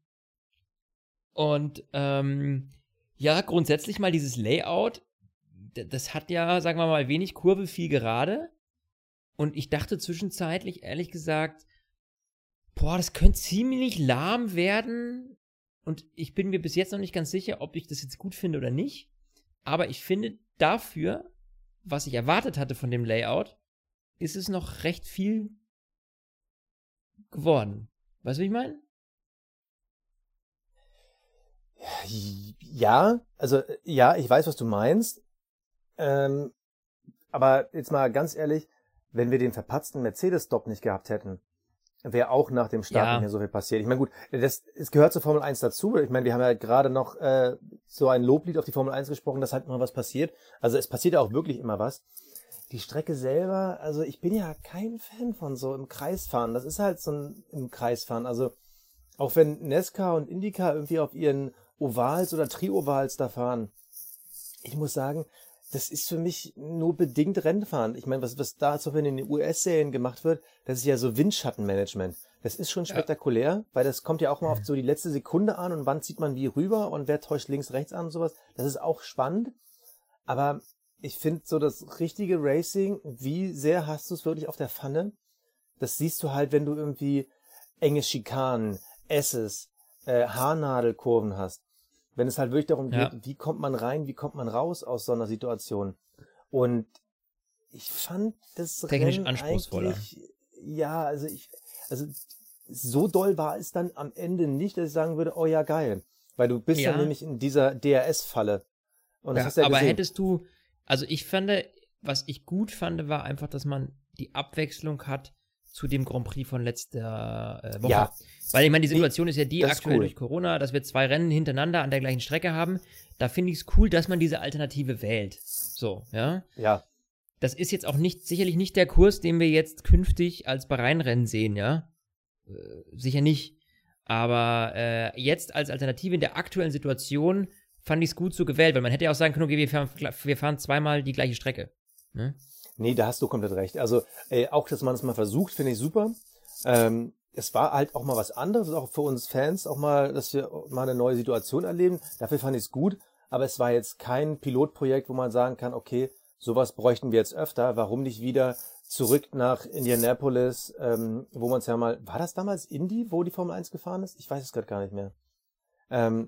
Und ähm, ja, grundsätzlich mal dieses Layout, d- das hat ja, sagen wir mal, wenig Kurve, viel gerade. Und ich dachte zwischenzeitlich, ehrlich gesagt, boah, das könnte ziemlich lahm werden. Und ich bin mir bis jetzt noch nicht ganz sicher, ob ich das jetzt gut finde oder nicht. aber ich finde dafür, was ich erwartet hatte von dem Layout, ist es noch recht viel geworden. Weißt du, wie ich meine? Ja, also ja, ich weiß, was du meinst. Ähm, aber jetzt mal ganz ehrlich, wenn wir den verpatzten Mercedes-Stop nicht gehabt hätten, wäre auch nach dem Start Ja. nicht mehr so viel passiert. Ich meine, gut, das, es gehört zur Formel eins dazu. Ich meine, wir haben ja gerade noch äh, so ein Loblied auf die Formel eins gesprochen, dass halt mal was passiert. Also es passiert ja auch wirklich immer was. Die Strecke selber, also ich bin ja kein Fan von so im Kreisfahren. Das ist halt so ein im Kreisfahren. Also auch wenn NASCAR und IndyCar irgendwie auf ihren Ovals oder Tri-Ovals da fahren, ich muss sagen, das ist für mich nur bedingt Rennfahren. Ich meine, was, was da so in den U S-Serien gemacht wird, das ist ja so Windschattenmanagement. Das ist schon spektakulär, ja. Weil das kommt ja auch mal auf so die letzte Sekunde an und wann zieht man wie rüber und wer täuscht links, rechts an und sowas. Das ist auch spannend. Aber ich finde so das richtige Racing, wie sehr hast du es wirklich auf der Pfanne? Das siehst du halt, wenn du irgendwie enge Schikanen, S's, äh, Haarnadelkurven hast. Wenn es halt wirklich darum geht, Ja. wie kommt man rein, wie kommt man raus aus so einer Situation. Und ich fand das Technisch Rennen anspruchsvoller. eigentlich, ja, also ich, also so doll war es dann am Ende nicht, dass ich sagen würde, oh ja, geil. Weil du bist Ja. dann nämlich in dieser D R S-Falle. Und das Ja, hast du ja aber gesehen. hättest du, also ich fand, was ich gut fand, war einfach, dass man die Abwechslung hat zu dem Grand Prix von letzter äh, Woche. Ja. Weil ich meine, die Situation ist ja die das ist aktuell cool. durch Corona, dass wir zwei Rennen hintereinander an der gleichen Strecke haben. Da finde ich es cool, dass man diese Alternative wählt. So, ja. Ja, Das ist jetzt auch nicht, sicherlich nicht der Kurs, den wir jetzt künftig als Bahrain-Rennen sehen, ja. Äh, sicher nicht. Aber äh, jetzt als Alternative in der aktuellen Situation fand ich es gut so gewählt, weil man hätte ja auch sagen können, okay, wir fahren, wir fahren zweimal die gleiche Strecke. Ne? nee, da hast du komplett recht. Also äh, auch, dass man es mal versucht, finde ich super. Ähm, es war halt auch mal was anderes, auch für uns Fans, auch mal, dass wir mal eine neue Situation erleben. Dafür fand ich es gut, aber es war jetzt kein Pilotprojekt, wo man sagen kann, okay, sowas bräuchten wir jetzt öfter. Warum nicht wieder zurück nach Indianapolis, ähm, wo man es ja mal, war das damals Indy, wo die Formel eins gefahren ist? Ich weiß es gerade gar nicht mehr. Ähm,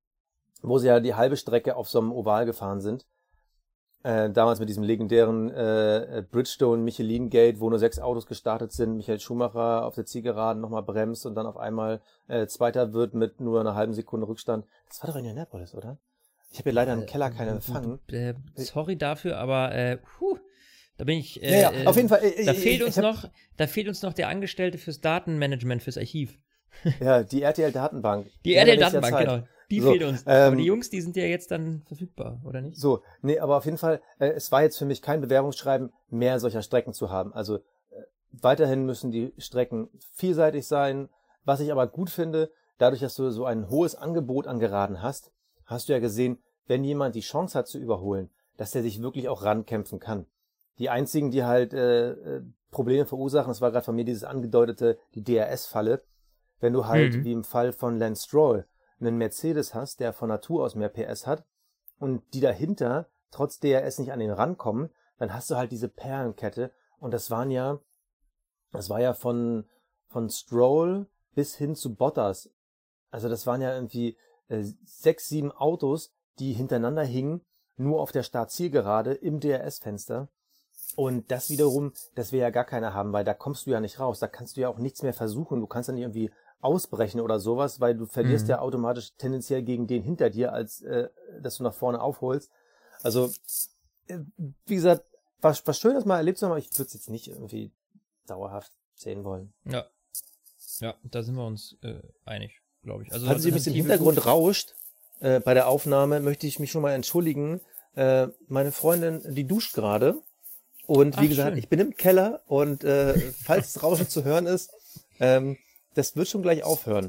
wo sie ja die halbe Strecke auf so einem Oval gefahren sind. Äh, damals mit diesem legendären äh, Bridgestone Michelin Gate, wo nur sechs Autos gestartet sind, Michael Schumacher auf der Zielgeraden nochmal bremst und dann auf einmal äh, Zweiter wird mit nur einer halben Sekunde Rückstand. Das war doch Indianapolis, oder? Ich habe hier leider im Keller keinen Empfang. Äh, sorry dafür, aber äh, puh, da bin ich. Äh, Ja, ja, äh, auf jeden Fall. äh, Da ich- fehlt ich uns hab- noch, da fehlt uns noch der Angestellte fürs Datenmanagement, fürs Archiv. Ja, die R T L-Datenbank. Die Ja, R T da ist ja L-Datenbank, Zeit. genau. Die So, fehlt uns. Aber ähm, die Jungs, die sind ja jetzt dann verfügbar, oder nicht? So, nee, aber auf jeden Fall, äh, es war jetzt für mich kein Bewerbungsschreiben, mehr solcher Strecken zu haben. Also äh, weiterhin müssen die Strecken vielseitig sein. Was ich aber gut finde, dadurch, dass du so ein hohes Angebot an Geraden hast, hast du ja gesehen, wenn jemand die Chance hat zu überholen, dass der sich wirklich auch rankämpfen kann. Die einzigen, die halt äh, äh, Probleme verursachen, das war gerade von mir dieses angedeutete, die D R S-Falle, wenn du halt, Mhm. wie im Fall von Lance Stroll, einen Mercedes hast, der von Natur aus mehr P S hat und die dahinter trotz D R S nicht an den rankommen, dann hast du halt diese Perlenkette und das waren ja, das war ja von, von Stroll bis hin zu Bottas. Also das waren ja irgendwie äh, sechs, sieben Autos, die hintereinander hingen, nur auf der Start-Zielgerade im D R S-Fenster. Und das wiederum, das will ja gar keiner haben, weil da kommst du ja nicht raus. Da kannst du ja auch nichts mehr versuchen. Du kannst ja nicht irgendwie ausbrechen oder sowas, weil du verlierst Mhm. ja automatisch tendenziell gegen den hinter dir, als äh, dass du nach vorne aufholst. Also, äh, wie gesagt, war, war schön, das mal erlebt zu haben, aber ich würde es jetzt nicht irgendwie dauerhaft sehen wollen. Ja. Ja, da sind wir uns äh, einig, glaube ich. Also Falls ihr ein bisschen im Alternative Hintergrund gut. rauscht, äh, bei der Aufnahme möchte ich mich schon mal entschuldigen. Äh, meine Freundin, die duscht gerade. Und wie Ach, gesagt, schön. ich bin im Keller und äh, falls das Rauschen zu hören ist, ähm, das wird schon gleich aufhören.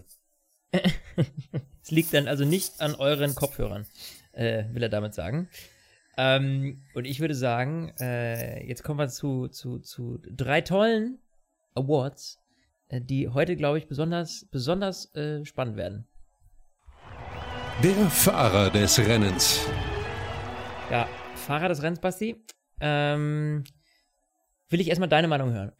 Es liegt dann also nicht an euren Kopfhörern, äh, will er damit sagen. Ähm, und ich würde sagen, äh, jetzt kommen wir zu, zu, zu drei tollen Awards, äh, die heute, glaube ich, besonders, besonders äh, spannend werden. Der Fahrer des Rennens. Ja, Fahrer des Rennens, Basti. Ähm, will ich erstmal deine Meinung hören.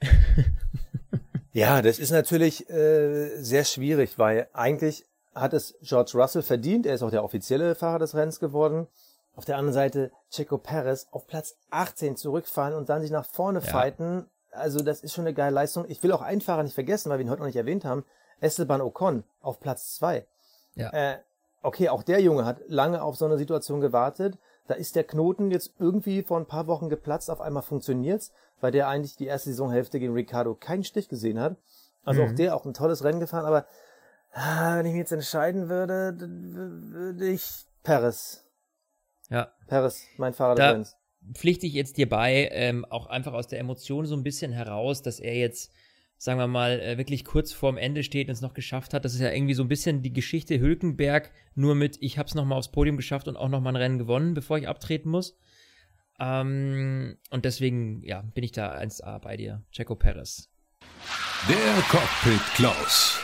Ja, das ist natürlich äh, sehr schwierig, weil eigentlich hat es George Russell verdient. Er ist auch der offizielle Fahrer des Rennens geworden. auf der anderen Seite Checo Perez auf Platz achtzehn zurückfahren und dann sich nach vorne Ja. fighten. Also das ist schon eine geile Leistung. Ich will auch einen Fahrer nicht vergessen, weil wir ihn heute noch nicht erwähnt haben. Esteban Ocon auf Platz zwei. Ja. Äh, okay, auch der Junge hat lange auf so eine Situation gewartet. Da ist der Knoten jetzt irgendwie vor ein paar Wochen geplatzt. Auf einmal funktioniert's, weil der eigentlich die erste Saisonhälfte gegen Ricciardo keinen Stich gesehen hat. Also Mhm. auch der, auch ein tolles Rennen gefahren. Aber ah, wenn ich mich jetzt entscheiden würde, dann würde ich Perez. Ja. Perez, mein Fahrer des Da Rennens. pflichte ich jetzt dir bei, ähm, auch einfach aus der Emotion so ein bisschen heraus, dass er jetzt, sagen wir mal, äh, wirklich kurz vorm Ende steht und es noch geschafft hat. Das ist ja irgendwie so ein bisschen die Geschichte Hülkenberg, nur mit, ich habe es nochmal aufs Podium geschafft und auch nochmal ein Rennen gewonnen, bevor ich abtreten muss. Ähm, und deswegen, ja, bin ich da eins A bei dir. Checo Perez. Der Cockpit Klaus.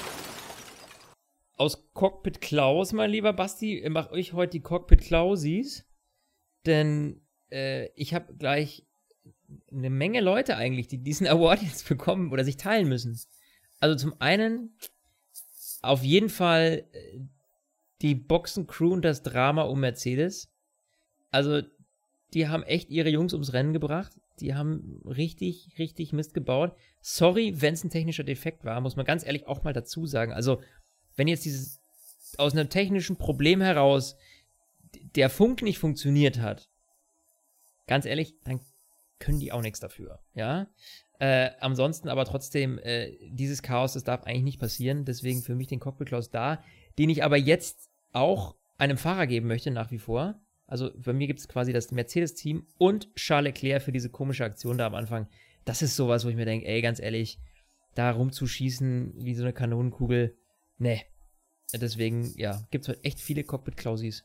Aus Cockpit Klaus, mein lieber Basti, mache ich heute die Cockpit Klausis, denn äh, ich habe gleich eine Menge Leute eigentlich, die diesen Award jetzt bekommen oder sich teilen müssen. Also zum einen auf jeden Fall äh, die Boxencrew und das Drama um Mercedes. Also die haben echt ihre Jungs ums Rennen gebracht. Die haben richtig, richtig Mist gebaut. Sorry, wenn es ein technischer Defekt war, muss man ganz ehrlich auch mal dazu sagen. Also wenn jetzt dieses aus einem technischen Problem heraus der Funk nicht funktioniert hat, ganz ehrlich, dann können die auch nichts dafür, ja. Äh, ansonsten aber trotzdem, äh, dieses Chaos, das darf eigentlich nicht passieren, deswegen für mich den Cockpit Klaus da, den ich aber jetzt auch einem Fahrer geben möchte, nach wie vor. Also bei mir gibt es quasi das Mercedes-Team und Charles Leclerc für diese komische Aktion da am Anfang. Das ist sowas, wo ich mir denke, ey, ganz ehrlich, da rumzuschießen wie so eine Kanonenkugel, nee. Deswegen, ja, gibt es heute echt viele Cockpit-Klausis.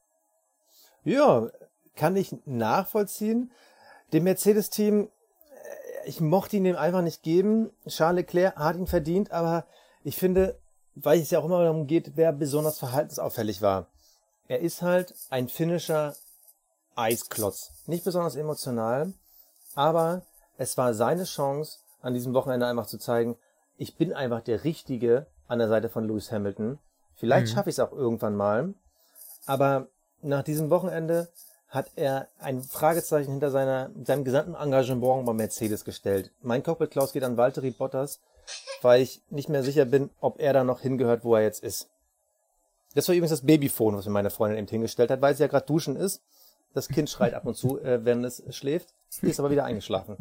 Ja, kann ich nachvollziehen. Dem Mercedes-Team, äh, ich mochte ihn dem einfach nicht geben. Charles Leclerc hat ihn verdient, aber ich finde, weil es ja auch immer darum geht, wer besonders verhaltensauffällig war. Er ist halt ein finnischer Eisklotz. Nicht besonders emotional, aber es war seine Chance, an diesem Wochenende einfach zu zeigen, ich bin einfach der Richtige an der Seite von Lewis Hamilton. Vielleicht Mhm. schaffe ich es auch irgendwann mal, aber nach diesem Wochenende hat er ein Fragezeichen hinter seiner, seinem gesamten Engagement bei Mercedes gestellt. Mein Cockpit Klaus geht an Valtteri Bottas, weil ich nicht mehr sicher bin, ob er da noch hingehört, wo er jetzt ist. Das war übrigens das Babyphone, was mir meine Freundin eben hingestellt hat, weil sie ja gerade duschen ist. Das Kind schreit ab und zu, äh, wenn es schläft. Sie ist aber wieder eingeschlafen.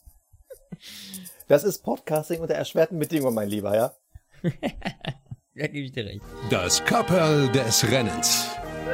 Das ist Podcasting unter erschwerten Bedingungen, mein Lieber, ja? Ja, gebe ich dir recht. Das Kapperl des Rennens.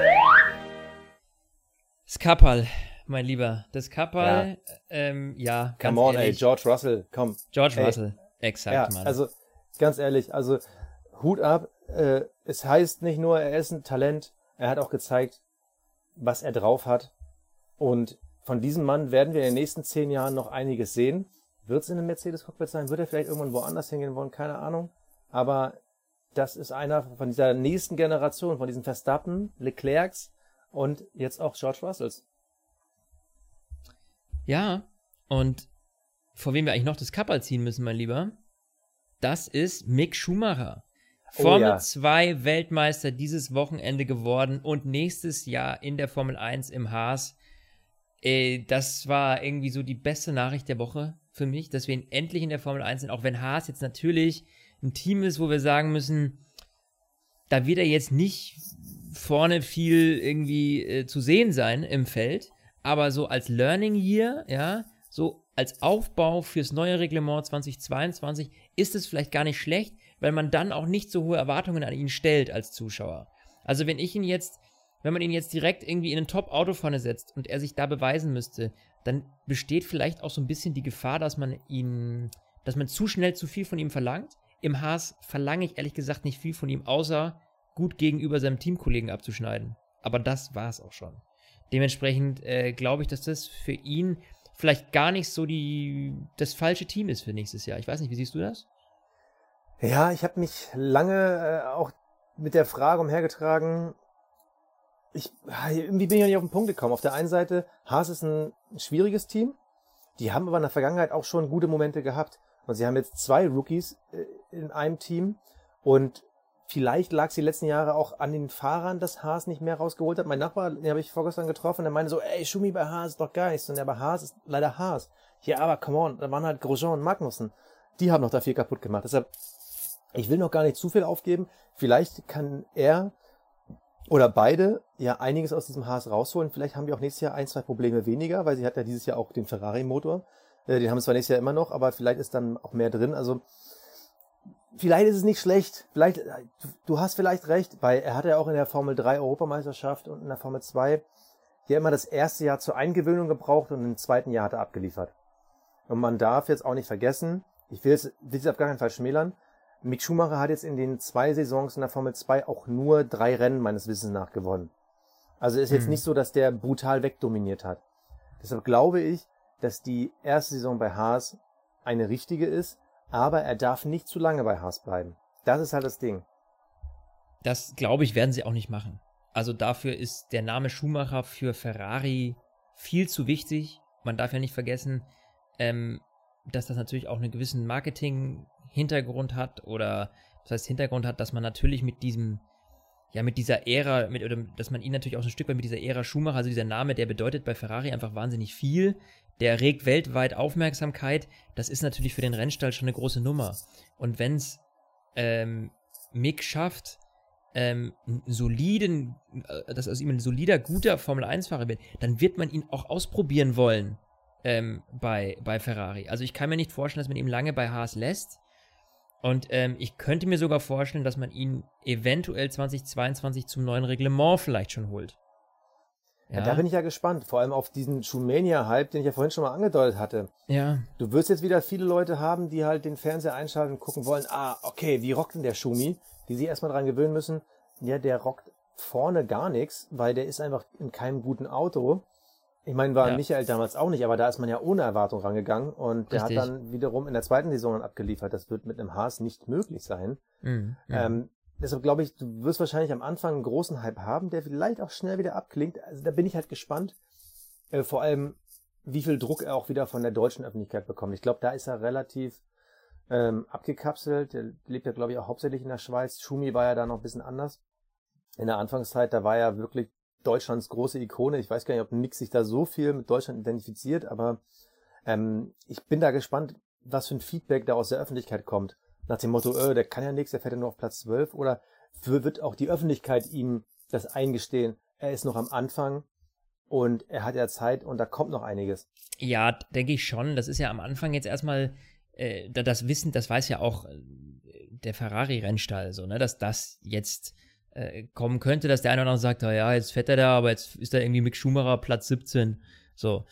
Das Kapperl, mein Lieber. Das Kapperl, ja, ähm, ja ganz Come on, ehrlich. ey, George Russell, komm. George ey. Russell, exakt, Ja, Mann. also ganz ehrlich, also Hut ab. Äh, es heißt nicht nur, er ist ein Talent, er hat auch gezeigt, was er drauf hat. Und von diesem Mann werden wir in den nächsten zehn Jahren noch einiges sehen. Wird es in einem Mercedes-Cockpit sein? Wird er vielleicht irgendwann woanders hingehen wollen? Keine Ahnung. Aber das ist einer von dieser nächsten Generation, von diesen Verstappen, Leclercs und jetzt auch George Russells. Ja, und vor wem wir eigentlich noch das Kapperl ziehen müssen, mein Lieber, das ist Mick Schumacher. Oh, Formel ja. zwei Weltmeister dieses Wochenende geworden und nächstes Jahr in der Formel eins im Haas. Äh, das war irgendwie so die beste Nachricht der Woche für mich, dass wir ihn endlich in der Formel eins sind, auch wenn Haas jetzt natürlich ein Team ist, wo wir sagen müssen, da wird er jetzt nicht vorne viel irgendwie äh, zu sehen sein im Feld, aber so als Learning Year, ja, so als Aufbau fürs neue Reglement zweitausendzweiundzwanzig ist es vielleicht gar nicht schlecht, weil man dann auch nicht so hohe Erwartungen an ihn stellt als Zuschauer. Also wenn ich ihn jetzt, wenn man ihn jetzt direkt irgendwie in ein Top-Auto vorne setzt und er sich da beweisen müsste, dann besteht vielleicht auch so ein bisschen die Gefahr, dass man ihn, dass man zu schnell zu viel von ihm verlangt. Im Haas verlange ich ehrlich gesagt nicht viel von ihm, außer gut gegenüber seinem Teamkollegen abzuschneiden. Aber das war es auch schon. Dementsprechend äh, glaube ich, dass das für ihn vielleicht gar nicht so die, das falsche Team ist für nächstes Jahr. Ich weiß nicht, wie siehst du das? Ja, ich habe mich lange äh, auch mit der Frage umhergetragen. Ich, irgendwie bin ich ja nicht auf den Punkt gekommen. Auf der einen Seite, Haas ist ein schwieriges Team. Die haben aber in der Vergangenheit auch schon gute Momente gehabt. Und sie haben jetzt zwei Rookies äh, in einem Team. Und vielleicht lag es die letzten Jahre auch an den Fahrern, dass Haas nicht mehr rausgeholt hat. Mein Nachbar, den habe ich vorgestern getroffen, der meinte so, ey, Schumi bei Haas ist doch geil. Ich so, ja, aber Haas ist leider Haas. Ja, aber come on, da waren halt Grosjean und Magnussen. Die haben noch da viel kaputt gemacht. Deshalb, ich will noch gar nicht zu viel aufgeben. Vielleicht kann er oder beide ja einiges aus diesem Haas rausholen. Vielleicht haben wir auch nächstes Jahr ein, zwei Probleme weniger, weil sie hat ja dieses Jahr auch den Ferrari-Motor. Äh, den haben wir zwar nächstes Jahr immer noch, aber vielleicht ist dann auch mehr drin. Also vielleicht ist es nicht schlecht. Vielleicht, du hast vielleicht recht, weil er hat ja auch in der Formel drei Europameisterschaft und in der Formel zwei ja immer das erste Jahr zur Eingewöhnung gebraucht und im zweiten Jahr hat er abgeliefert. Und man darf jetzt auch nicht vergessen, ich will es, will es auf gar keinen Fall schmälern, Mick Schumacher hat jetzt in den zwei Saisons in der Formel zwei auch nur drei Rennen meines Wissens nach gewonnen. Also ist jetzt Mhm. nicht so, dass der brutal wegdominiert hat. Deshalb glaube ich, dass die erste Saison bei Haas eine richtige ist, aber er darf nicht zu lange bei Haas bleiben. Das ist halt das Ding. Das, glaube ich, werden sie auch nicht machen. Also dafür ist der Name Schumacher für Ferrari viel zu wichtig. Man darf ja nicht vergessen, ähm, dass das natürlich auch einen gewissen Marketing-Hintergrund hat oder das heißt Hintergrund hat, dass man natürlich mit diesem, ja mit dieser Ära, mit, oder dass man ihn natürlich auch so ein Stück weit mit dieser Ära Schumacher, also dieser Name, der bedeutet bei Ferrari einfach wahnsinnig viel, der regt weltweit Aufmerksamkeit, das ist natürlich für den Rennstall schon eine große Nummer. Und wenn es ähm, Mick schafft, ähm, einen soliden, äh, dass aus ihm ein solider, guter Formel eins Fahrer wird, dann wird man ihn auch ausprobieren wollen. Ähm, bei, bei Ferrari. Also ich kann mir nicht vorstellen, dass man ihn lange bei Haas lässt. Und ähm, ich könnte mir sogar vorstellen, dass man ihn eventuell zwanzig zweiundzwanzig zum neuen Reglement vielleicht schon holt. Ja, ja da bin ich ja gespannt. Vor allem auf diesen Schumania-Hype, den ich ja vorhin schon mal angedeutet hatte. Ja. Du wirst jetzt wieder viele Leute haben, die halt den Fernseher einschalten und gucken wollen, ah, okay, wie rockt denn der Schumi? Die sich erstmal dran gewöhnen müssen. Ja, der rockt vorne gar nichts, weil der ist einfach in keinem guten Auto. Ich meine, war ja. Michael damals auch nicht, aber da ist man ja ohne Erwartung rangegangen und der Richtig. hat dann wiederum in der zweiten Saison abgeliefert. Das wird mit einem Haas nicht möglich sein. Mhm. Ähm, deshalb glaube ich, du wirst wahrscheinlich am Anfang einen großen Hype haben, der vielleicht auch schnell wieder abklingt. Also da bin ich halt gespannt. Äh, vor allem, wie viel Druck er auch wieder von der deutschen Öffentlichkeit bekommt. Ich glaube, da ist er relativ ähm, abgekapselt. Der lebt ja, glaube ich, auch hauptsächlich in der Schweiz. Schumi war ja da noch ein bisschen anders. In der Anfangszeit, da war er wirklich Deutschlands große Ikone. Ich weiß gar nicht, ob Mick sich da so viel mit Deutschland identifiziert, aber ähm, ich bin da gespannt, was für ein Feedback da aus der Öffentlichkeit kommt. Nach dem Motto, äh, der kann ja nichts, der fährt ja nur auf Platz zwölf. Oder wird auch die Öffentlichkeit ihm das eingestehen? Er ist noch am Anfang und er hat ja Zeit und da kommt noch einiges. Ja, denke ich schon. Das ist ja am Anfang jetzt erstmal äh, das Wissen, das weiß ja auch äh, der Ferrari-Rennstall, so, ne, dass das jetzt kommen könnte, dass der eine oder andere sagt, oh ja, jetzt fährt er da, aber jetzt ist da irgendwie Mick Schumacher Platz siebzehn. So.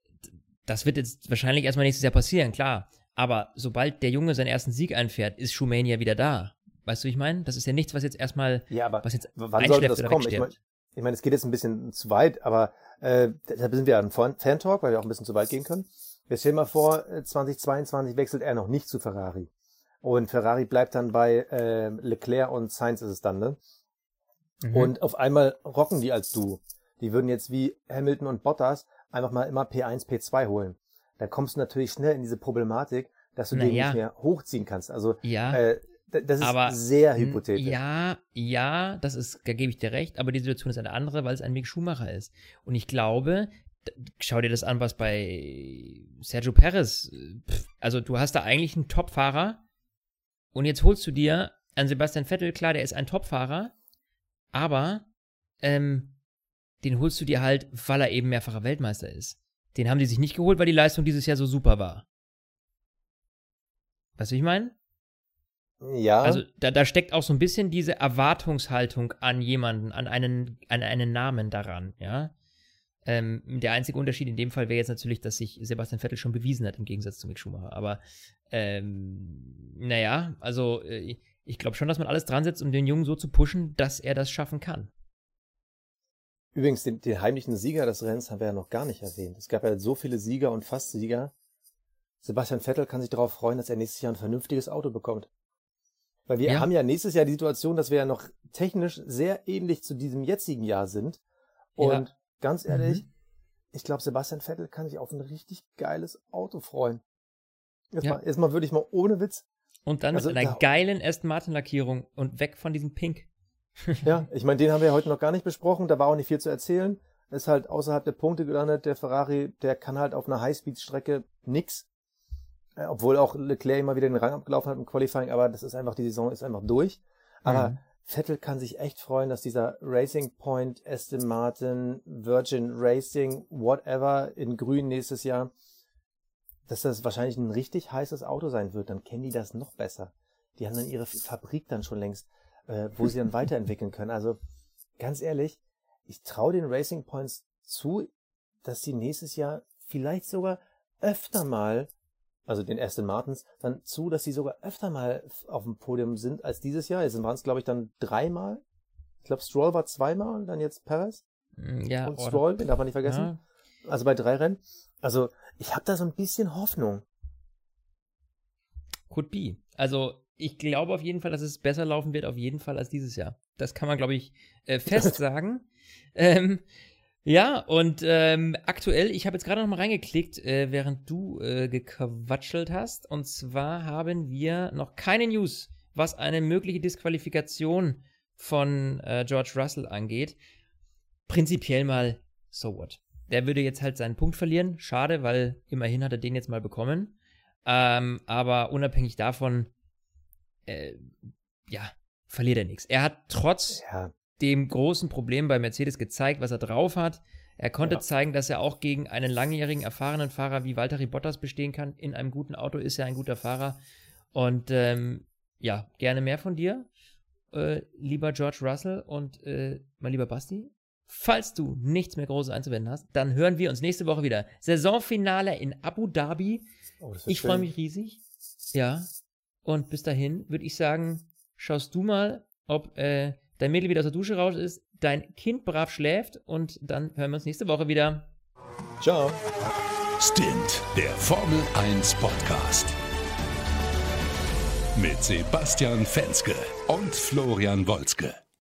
Das wird jetzt wahrscheinlich erstmal nächstes Jahr passieren, klar. Aber sobald der Junge seinen ersten Sieg einfährt, ist Schumania wieder da. Weißt du, wie ich meine? Das ist ja nichts, was jetzt erstmal, ja, aber was jetzt wann sollte das kommen? Ich meine, ich mein, es geht jetzt ein bisschen zu weit, aber äh, deshalb sind wir ja ein Fan-Talk, weil wir auch ein bisschen zu weit gehen können. Wir stellen mal vor, zwanzig zweiundzwanzig wechselt er noch nicht zu Ferrari. Und Ferrari bleibt dann bei äh, Leclerc und Sainz ist es dann, ne? Mhm. Und auf einmal rocken die als Duo. Die würden jetzt wie Hamilton und Bottas einfach mal immer P eins, P zwei holen. Da kommst du natürlich schnell in diese Problematik, dass du Na den ja. nicht mehr hochziehen kannst. Also ja, äh, das ist aber, sehr hypothetisch. Ja, ja, das ist, da gebe ich dir recht, aber die Situation ist eine andere, weil es ein Mick Schumacher ist. Und ich glaube, schau dir das an, was bei Sergio Perez, also du hast da eigentlich einen Top-Fahrer und jetzt holst du dir einen Sebastian Vettel, klar, der ist ein Top-Fahrer, aber ähm, den holst du dir halt, weil er eben mehrfacher Weltmeister ist. Den haben die sich nicht geholt, weil die Leistung dieses Jahr so super war. Weißt du, wie ich meine? Ja. Also da, da steckt auch so ein bisschen diese Erwartungshaltung an jemanden, an einen, an einen Namen daran, ja. Ähm, der einzige Unterschied in dem Fall wäre jetzt natürlich, dass sich Sebastian Vettel schon bewiesen hat, im Gegensatz zu Mick Schumacher. Aber, ähm, naja, also äh, ich glaube schon, dass man alles dran setzt, um den Jungen so zu pushen, dass er das schaffen kann. Übrigens, den, den heimlichen Sieger des Rennens haben wir ja noch gar nicht erwähnt. Es gab ja so viele Sieger und Fast-Sieger. Sebastian Vettel kann sich darauf freuen, dass er nächstes Jahr ein vernünftiges Auto bekommt. Weil wir ja. haben ja nächstes Jahr die Situation, dass wir ja noch technisch sehr ähnlich zu diesem jetzigen Jahr sind. Und ja. ganz ehrlich, mhm. ich glaube, Sebastian Vettel kann sich auf ein richtig geiles Auto freuen. Jetzt, ja. mal, jetzt mal würde ich mal ohne Witz, Und dann Also, mit einer ja. geilen Aston Martin-Lackierung und weg von diesem Pink. Ja, ich meine, den haben wir heute noch gar nicht besprochen, da war auch nicht viel zu erzählen. Ist halt außerhalb der Punkte gelandet, der Ferrari, der kann halt auf einer Highspeed-Strecke nix. Äh, obwohl auch Leclerc immer wieder den Rang abgelaufen hat im Qualifying, aber das ist einfach, die Saison ist einfach durch. Aber Mhm. Vettel kann sich echt freuen, dass dieser Racing Point, Aston Martin, Virgin Racing, whatever, in grün nächstes Jahr, dass das wahrscheinlich ein richtig heißes Auto sein wird. Dann kennen die das noch besser. Die haben dann ihre Fabrik dann schon längst, äh, wo sie dann weiterentwickeln können. Also ganz ehrlich, ich traue den Racing Points zu, dass sie nächstes Jahr vielleicht sogar öfter mal, also den Aston Martins, dann zu, dass sie sogar öfter mal auf dem Podium sind als dieses Jahr. Jetzt waren es, glaube ich, dann dreimal. Ich glaube, Stroll war zweimal, dann jetzt Perez Ja, und oder- Stroll, den darf man nicht vergessen. Ja. Also bei drei Rennen. Also ich habe da so ein bisschen Hoffnung. Could be. Also, ich glaube auf jeden Fall, dass es besser laufen wird, auf jeden Fall als dieses Jahr. Das kann man, glaube ich, äh, fest sagen. ähm, ja, und ähm, aktuell, ich habe jetzt gerade noch mal reingeklickt, äh, während du äh, gequatschelt hast. Und zwar haben wir noch keine News, was eine mögliche Disqualifikation von äh, George Russell angeht. Prinzipiell mal, so what. Der würde jetzt halt seinen Punkt verlieren. Schade, weil immerhin hat er den jetzt mal bekommen. Ähm, aber unabhängig davon, äh, ja, verliert er nichts. Er hat trotz Ja, dem großen Problem bei Mercedes gezeigt, was er drauf hat. Er konnte Ja. zeigen, dass er auch gegen einen langjährigen, erfahrenen Fahrer wie Valtteri Bottas bestehen kann. In einem guten Auto ist er ein guter Fahrer. Und ähm, ja, gerne mehr von dir, äh, lieber George Russell und äh, mein lieber Basti. Falls du nichts mehr Großes einzuwenden hast, dann hören wir uns nächste Woche wieder. Saisonfinale in Abu Dhabi. oh, das wird Ich freue schön. mich riesig. Ja. Und bis dahin würde ich sagen, schaust du mal, ob äh, dein Mädel wieder aus der Dusche raus ist, dein Kind brav schläft und dann hören wir uns nächste Woche wieder. Ciao. Stint, der Formel eins Podcast. Mit Sebastian Fenske und Florian Wolzke.